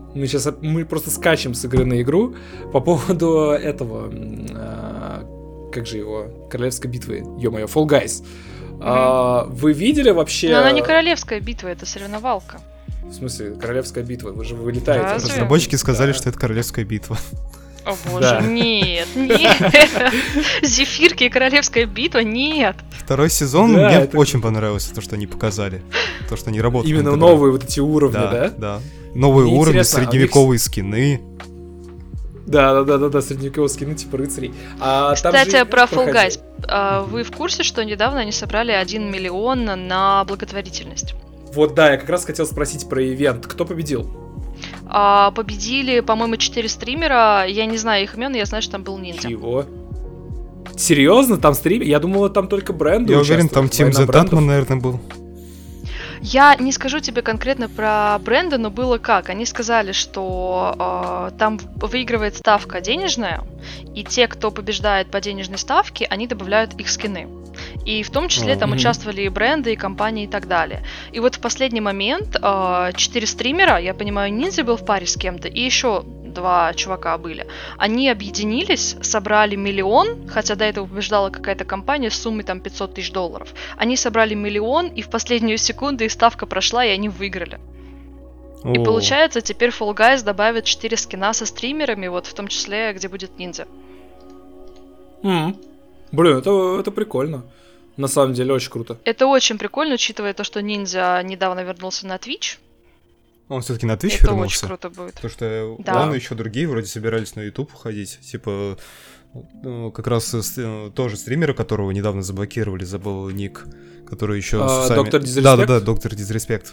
Мы сейчас мы просто скачем с игры на игру по поводу этого, а, как же его, королевской битвы, ё-моё, Fall Guys. Mm-hmm. А, вы видели вообще... Но она не королевская битва, это соревновалка. В смысле, королевская битва, вы же вылетаете. Разве? Разработчики сказали, да. что это королевская битва. О боже, Да. нет, нет. Зефирки и королевская битва, нет. Второй сезон Да, мне это- очень понравилось, то, что они показали. То, что они работают. Именно над игрой. новые вот эти уровни, да? Да, да. Новые Мне уровни, интересно, а средневековые скины. Да, да, да, да, да, средневековые скины типа рыцарей. А там Кстати, же про Fall проходи- Guys. А, Вы в курсе, что недавно они собрали один миллион на благотворительность? Вот да, я как раз хотел спросить про ивент. Кто победил? А, Победили, по-моему, четыре стримера. Я не знаю их имен, я знаю, что там был ниндзя. Чего? Серьезно? Там стрим? Я думала, там только бренды Я уверен, участвуют. там Тим Война Зе брендов. Татман, наверное, был. Я не скажу тебе конкретно про бренды, но было как. Они сказали, что э, там выигрывает ставка денежная, и те, кто побеждает по денежной ставке, они добавляют их скины. И в том числе О, там мгм. участвовали и бренды, и компании, и так далее. И вот в последний момент э, четыре стримера, я понимаю, Ниндзя был в паре с кем-то, и еще два чувака были. Они объединились, собрали миллион, хотя до этого побеждала какая-то компания с суммой там пятьсот тысяч долларов. Они собрали миллион, и в последнюю секунду их ставка прошла, и они выиграли. И О. получается, теперь Fall Guys добавит четыре скина со стримерами, вот в том числе, где будет ниндзя. М. Блин, это, это прикольно. На самом деле, очень круто. Это очень прикольно, учитывая то, что ниндзя недавно вернулся на Twitch. Он все-таки на Twitch Это вернулся. очень круто будет. Потому что Да. он и еще другие вроде собирались на YouTube уходить. Типа, ну, как раз э, с- э, тоже стримера, которого недавно заблокировали, забыл ник, который еще А, сами... Доктор Disrespect? Да-да-да, Доктор Дизреспект.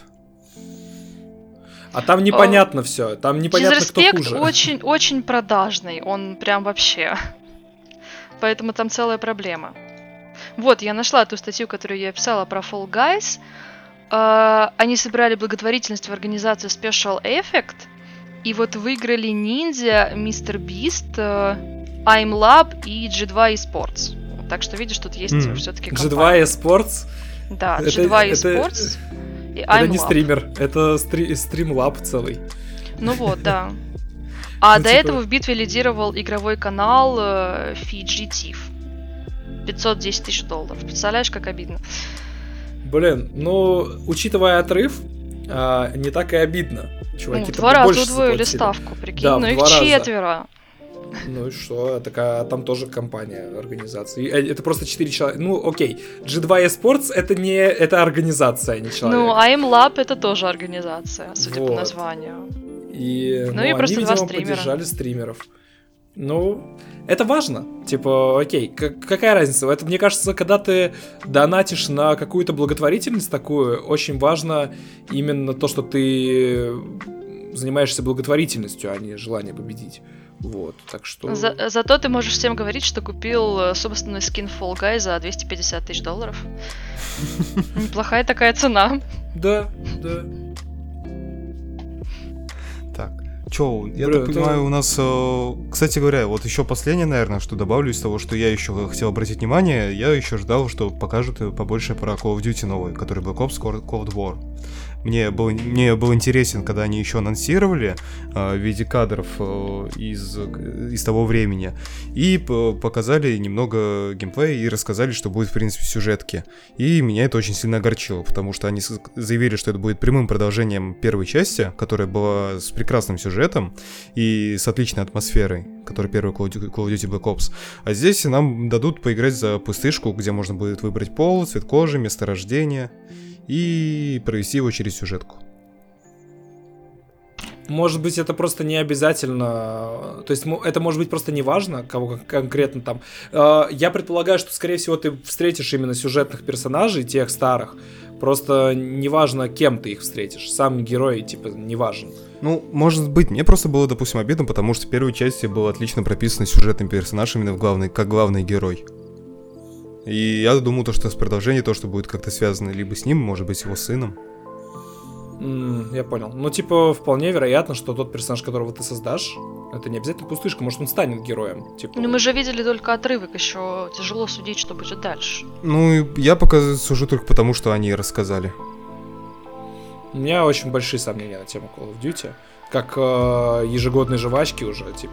А там непонятно все. Там непонятно, кто Дизреспект хуже. очень, очень продажный, он прям вообще. Поэтому там целая проблема. Вот, я нашла ту статью, которую я писала про Fall Guys. А, Они собирали благотворительность в организацию Special Effect. И вот выиграли Ниндзя, мистер Бист, I'm Lab и джи два eSports. Так что видишь, тут есть Мгм. все-таки джи два eSports. Да, Это- джи два это- eSports и Это I'm не Lab. стример, это стри- стримлаб целый. Ну вот, да. А Ну, до типа- этого в битве лидировал игровой канал э, Fiji Thief. пятьсот десять тысяч долларов. Представляешь, как обидно? Блин, ну, учитывая отрыв, а, не так и обидно. Ну, Чуваки в два раза больше удвоили заплатили. ставку, прикинь. Да, в ну их два раза. четверо. Ну и что? Такая, там тоже компания, организация. И, э, Это просто четыре человека. Ну, окей. джи два eSports это не это организация, а не человек. Ну, I'm Lab это тоже организация, судя Вот. по названию. И, Ну ну, и они, просто два видимо, стримера. поддержали стримеров. Ну, это важно. Типа, окей, как- какая разница? Это, мне кажется, когда ты донатишь на какую-то благотворительность такую, очень важно именно то, что ты занимаешься благотворительностью, а не желание победить. Вот, так что... За- зато ты можешь всем говорить, что купил э, собственный скин Fall Guy за двести пятьдесят тысяч долларов. Неплохая такая цена. Да, да. Так. Че, я Бля, так это- понимаю, у нас... э, Кстати говоря, вот еще последнее, наверное, что добавлю из того, что я еще хотел обратить внимание, я еще ждал, что покажут э, побольше про Call of Duty новый, который Black Ops Cold War. Мне был, мне был интересен, когда они еще анонсировали э, в виде кадров э, из, из того времени. И п- показали немного геймплея и рассказали, что будет, в принципе, сюжетки. И меня это очень сильно огорчило, потому что они с- заявили, что это будет прямым продолжением первой части, которая была с прекрасным сюжетом и с отличной атмосферой, которая первый Call of Duty Call of Duty Black Ops. А здесь нам дадут поиграть за пустышку, где можно будет выбрать пол, цвет кожи, место рождения и провести его через сюжетку. Может быть, это просто не обязательно. То есть, мо- это может быть просто не важно, кого кон- конкретно там. Э, Я предполагаю, что, скорее всего, ты встретишь именно сюжетных персонажей, тех старых. Просто неважно, кем ты их встретишь. Сам герой, типа, не важен. Ну, может быть, мне просто было, допустим, обидно, потому что в первой части был отлично прописан сюжетный персонаж именно в главный, как главный герой. И я думал, то, что с продолжением, то, что будет как-то связано либо с ним, может быть, с его сыном. М, Я понял. Ну, типа, вполне вероятно, что тот персонаж, которого ты создашь, это не обязательно пустышка, может, он станет героем. Типа... Ну мы же видели только отрывок, еще тяжело судить, что будет дальше. Ну, и я пока сужу только потому, что они рассказали. У меня очень большие сомнения на тему Call of Duty. как э, ежегодные жвачки уже, типа...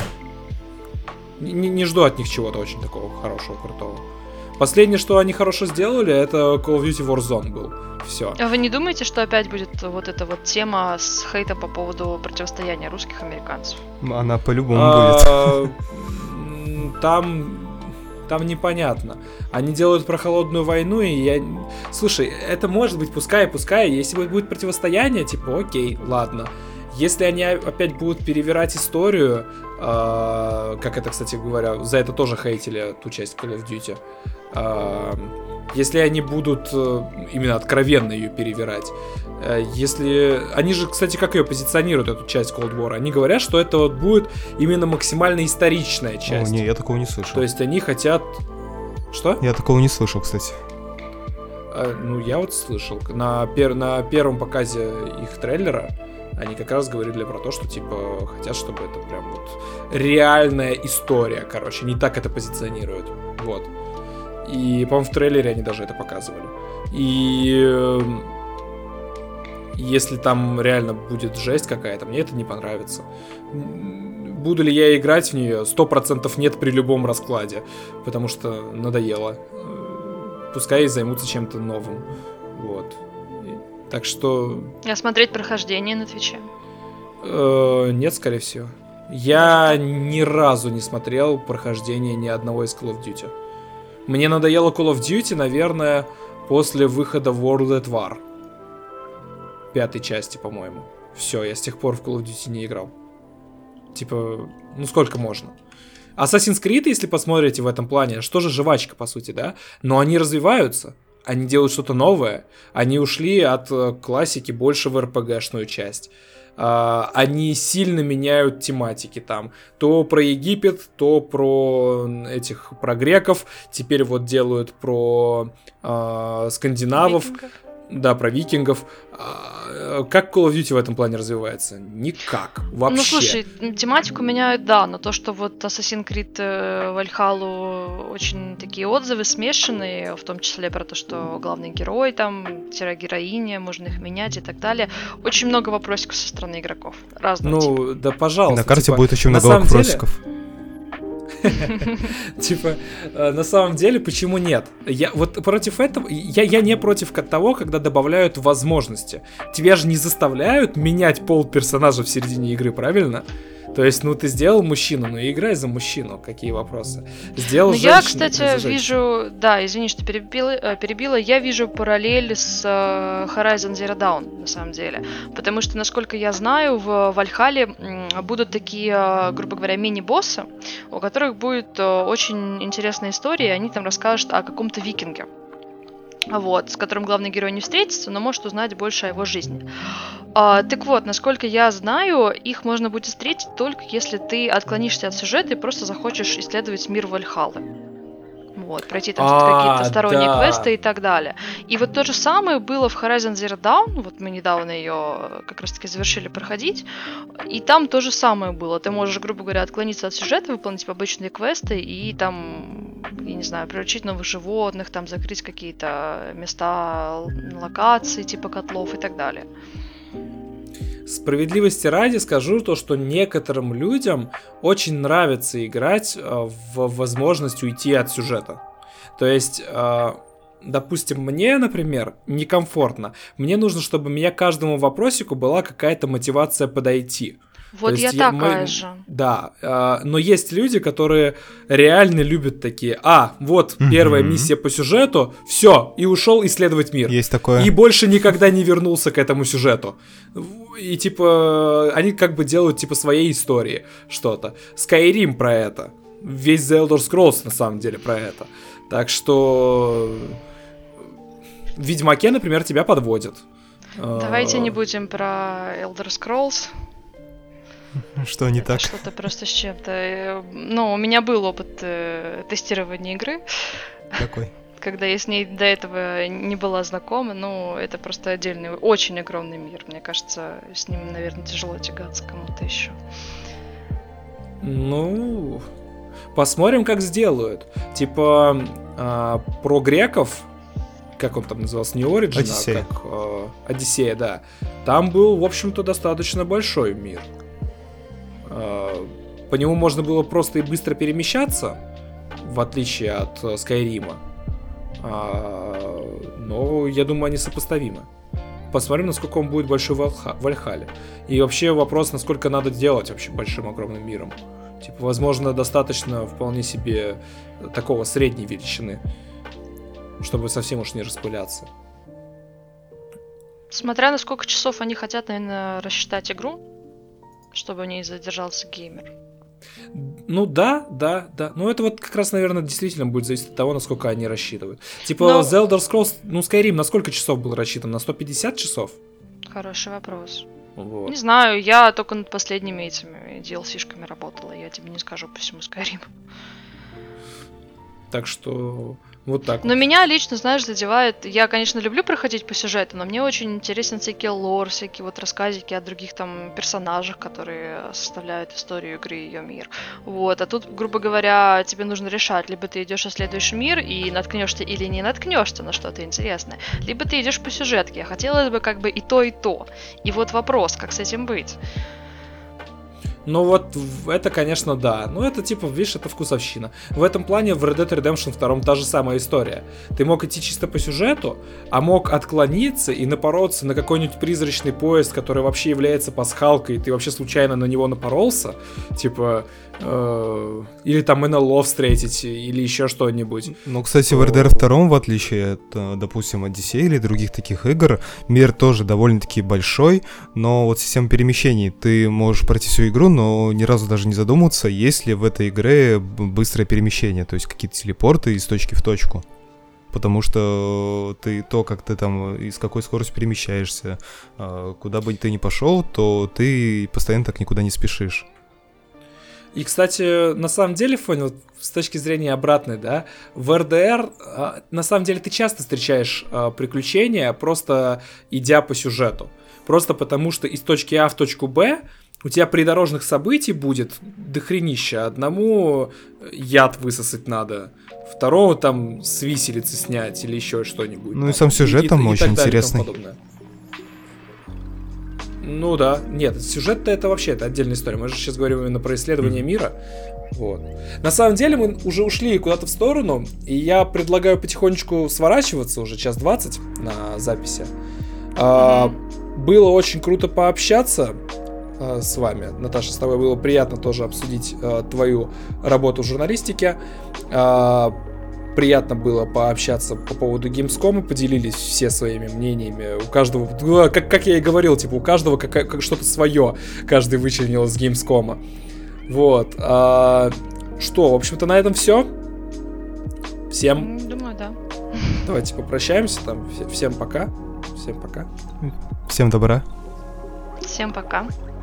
Не, не жду от них чего-то очень такого хорошего, крутого. Последнее, что они хорошо сделали, это Call of Duty Warzone был. Все. А вы не думаете, что опять будет вот эта вот тема с хейтом по поводу противостояния русских американцев? Она по-любому А, будет. м, Там... Там непонятно. Они делают про холодную войну, и я... Слушай, это может быть, пускай, пускай. Если будет противостояние, типа, окей, ладно. Если они опять будут перевирать историю, э, как это, кстати говоря, за это тоже хейтили ту часть Call of Duty. Э, если они будут э, именно откровенно ее перевирать, э, если... Они же, кстати, как ее позиционируют, эту часть Cold War? Они говорят, что это вот будет именно максимально историчная часть. О, не, я такого не слышал. То есть они хотят... Что? Я такого не слышал, кстати. А, ну, я вот слышал. На, пер... на первом показе их трейлера они как раз говорили про то, что, типа, хотят, чтобы это прям вот реальная история, короче. Не так это позиционируют. Вот. И, по-моему, в трейлере они даже это показывали. И... э, Если там реально будет жесть какая-то, мне это не понравится. Буду ли я играть в нее? Сто процентов нет при любом раскладе. Потому что надоело. Пускай займутся чем-то новым. Вот. Так что... А смотреть прохождение на Твиче? Э, нет, скорее всего. Я ни разу не смотрел прохождение ни одного из Call of Duty. Мне надоело Call of Duty, наверное, после выхода World at War. Пятой части, по-моему. Все, я с тех пор в Call of Duty не играл. Типа, ну сколько можно? Assassin's Creed, если посмотрите в этом плане, что же жвачка, по сути, да? Но они развиваются. Они делают что-то новое. Они ушли от классики больше в эр пи джи-шную часть. Они сильно меняют тематики там. То про Египет, то про этих, про греков. Теперь вот делают про э, скандинавов. Викингов. Да, про викингов. Как Call of Duty в этом плане развивается? Никак. Вообще. Ну, слушай, тематику меняют, да, но то, что вот Assassin's Creed Valhalla очень такие отзывы смешанные, в том числе про то, что главный герой там, героиня, можно их менять и так далее. Очень много вопросиков со стороны игроков. Разного Ну, типа. да, пожалуйста. На карте типа, будет очень на много самом деле- вопросиков. Типа, э, на самом деле, почему нет? Я вот против этого, я, я не против того, когда добавляют возможности. Тебя же не заставляют менять пол персонажа в середине игры, правильно? То есть, ну, ты сделал мужчину, ну, и играй за мужчину, какие вопросы. Сделал Ну, женщину, я, играй кстати, за женщину. вижу, да, извини, что перебила, э, перебила, я вижу параллель с э, Horizon Zero Dawn, на самом деле. Потому что, насколько я знаю, в Вальхале м, будут такие, э, грубо говоря, мини-боссы, у которых будет э, очень интересная история, и они там расскажут о каком-то викинге. Вот, с которым главный герой не встретится, но может узнать больше о его жизни. А, так вот, насколько я знаю, их можно будет встретить только если ты отклонишься от сюжета и просто захочешь исследовать мир Вальхаллы. Вот, пройти там А, какие-то сторонние да. квесты и так далее. И вот то же самое было в Horizon Zero Dawn, вот мы недавно ее как раз таки завершили проходить, и там то же самое было. Ты можешь, грубо говоря, отклониться от сюжета, выполнить обычные квесты и там, я не знаю, приручить новых животных, там закрыть какие-то места, локации типа котлов и так далее. Справедливости ради скажу то, что некоторым людям очень нравится играть э, в возможность уйти от сюжета. То есть, э, допустим, мне, например, некомфортно. Мне нужно, чтобы у меня к каждому вопросику была какая-то мотивация подойти. Вот То я есть я- такая мы- же. Да, э, но есть люди, которые реально любят такие: а, вот первая Мгм. миссия по сюжету, все, и ушел исследовать мир. Есть такое. И больше никогда не вернулся к этому сюжету. И типа, они как бы делают типа своей истории что-то. Skyrim про это. Весь The Elder Scrolls на самом деле про это. Так что в Ведьмаке, например, тебя подводят. Давайте Э, не будем про Elder Scrolls. Что не Это так? что-то просто с чем-то. Э, Ну, у меня был опыт э, тестирования игры, Какой? когда я с ней до этого не была знакома. Ну, это просто отдельный, очень огромный мир. Мне кажется, с ним, наверное, тяжело тягаться кому-то еще. Ну, посмотрим, как сделают. Типа, а, про греков как он там назывался, не Origin, Одиссея. а как э, Одиссея, да. Там был, в общем-то, достаточно большой мир. Э, по нему можно было просто и быстро перемещаться, в отличие от э, Скайрима. А, но я думаю, они сопоставимы. Посмотрим, насколько он будет большой в Вальха- Вальхале. И вообще вопрос, насколько надо делать вообще большим огромным миром. Типа, возможно, достаточно вполне себе такого средней величины, чтобы совсем уж не распыляться. Смотря на сколько часов они хотят, наверное, рассчитать игру, чтобы в ней задержался геймер. Ну да, да, да. Ну это вот как раз, наверное, действительно будет зависеть от того, насколько они рассчитывают. Типа Но- The Elder Scrolls, ну Skyrim на сколько часов был рассчитан? На сто пятьдесят часов? Хороший вопрос. Вот. Не знаю, я только над последними этими ди эл си-шками работала, я тебе не скажу по всему Skyrim. Так что вот так. Но вот. меня лично, знаешь, задевает... Я, конечно, люблю проходить по сюжету, но мне очень интересен всякий лор, всякие вот рассказики о других там персонажах, которые составляют историю игры и ее мир. Вот, а тут, грубо говоря, тебе нужно решать, либо ты идешь в следующий мир и наткнешься или не наткнешься на что-то интересное, либо ты идешь по сюжетке. Хотелось бы как бы и то, и то. И вот вопрос, как с этим быть? Ну вот в- это, конечно, да. Ну это типа, видишь, это вкусовщина. В этом плане в Red Dead Redemption два та же самая история. Ты мог идти чисто по сюжету, а мог отклониться и напороться на какой-нибудь призрачный поезд, который вообще является пасхалкой, и ты вообще случайно на него напоролся. Типа... э, или там эн эл о встретить, или еще что-нибудь. Ну, кстати, в эр ди ар два, в отличие от, э, допустим, Одиссея или других таких игр, мир тоже довольно-таки большой, но вот система перемещений, ты можешь пройти всю игру, но ни разу даже не задуматься, есть ли в этой игре б- быстрое перемещение, то есть какие-то телепорты из точки в точку. Потому что ты то, как ты там и с какой скоростью перемещаешься, э, куда бы ты ни пошел, то ты постоянно так никуда не спешишь. И, кстати, на самом деле, Фоня, вот с точки зрения обратной, да, в эр ди ар, а, на самом деле, ты часто встречаешь а, приключения, просто идя по сюжету. Просто потому, что из точки А в точку Б у тебя придорожных событий будет дохренища. Одному яд высосать надо, второго там с виселицы снять или еще что-нибудь. Ну и там. сам сюжет там и очень так далее и тому интересный. подобное. Ну да, нет, сюжет-то это вообще это отдельная история. Мы же сейчас говорим именно про исследование мира. Вот. На самом деле мы уже ушли куда-то в сторону, и я предлагаю потихонечку сворачиваться, уже час двадцать на записи. А, было очень круто пообщаться а, с вами. Наташа, с тобой было приятно тоже обсудить а, твою работу в журналистике. А, приятно было пообщаться по поводу Gamescom, поделились все своими мнениями. У каждого, как, как я и говорил, типа у каждого как, как что-то свое, каждый вычленил из Gamescom. Вот. А, что, в общем-то, на этом все. Всем, М, Думаю, да. давайте попрощаемся там. Все- Всем пока. Всем пока. Всем добра. Всем пока.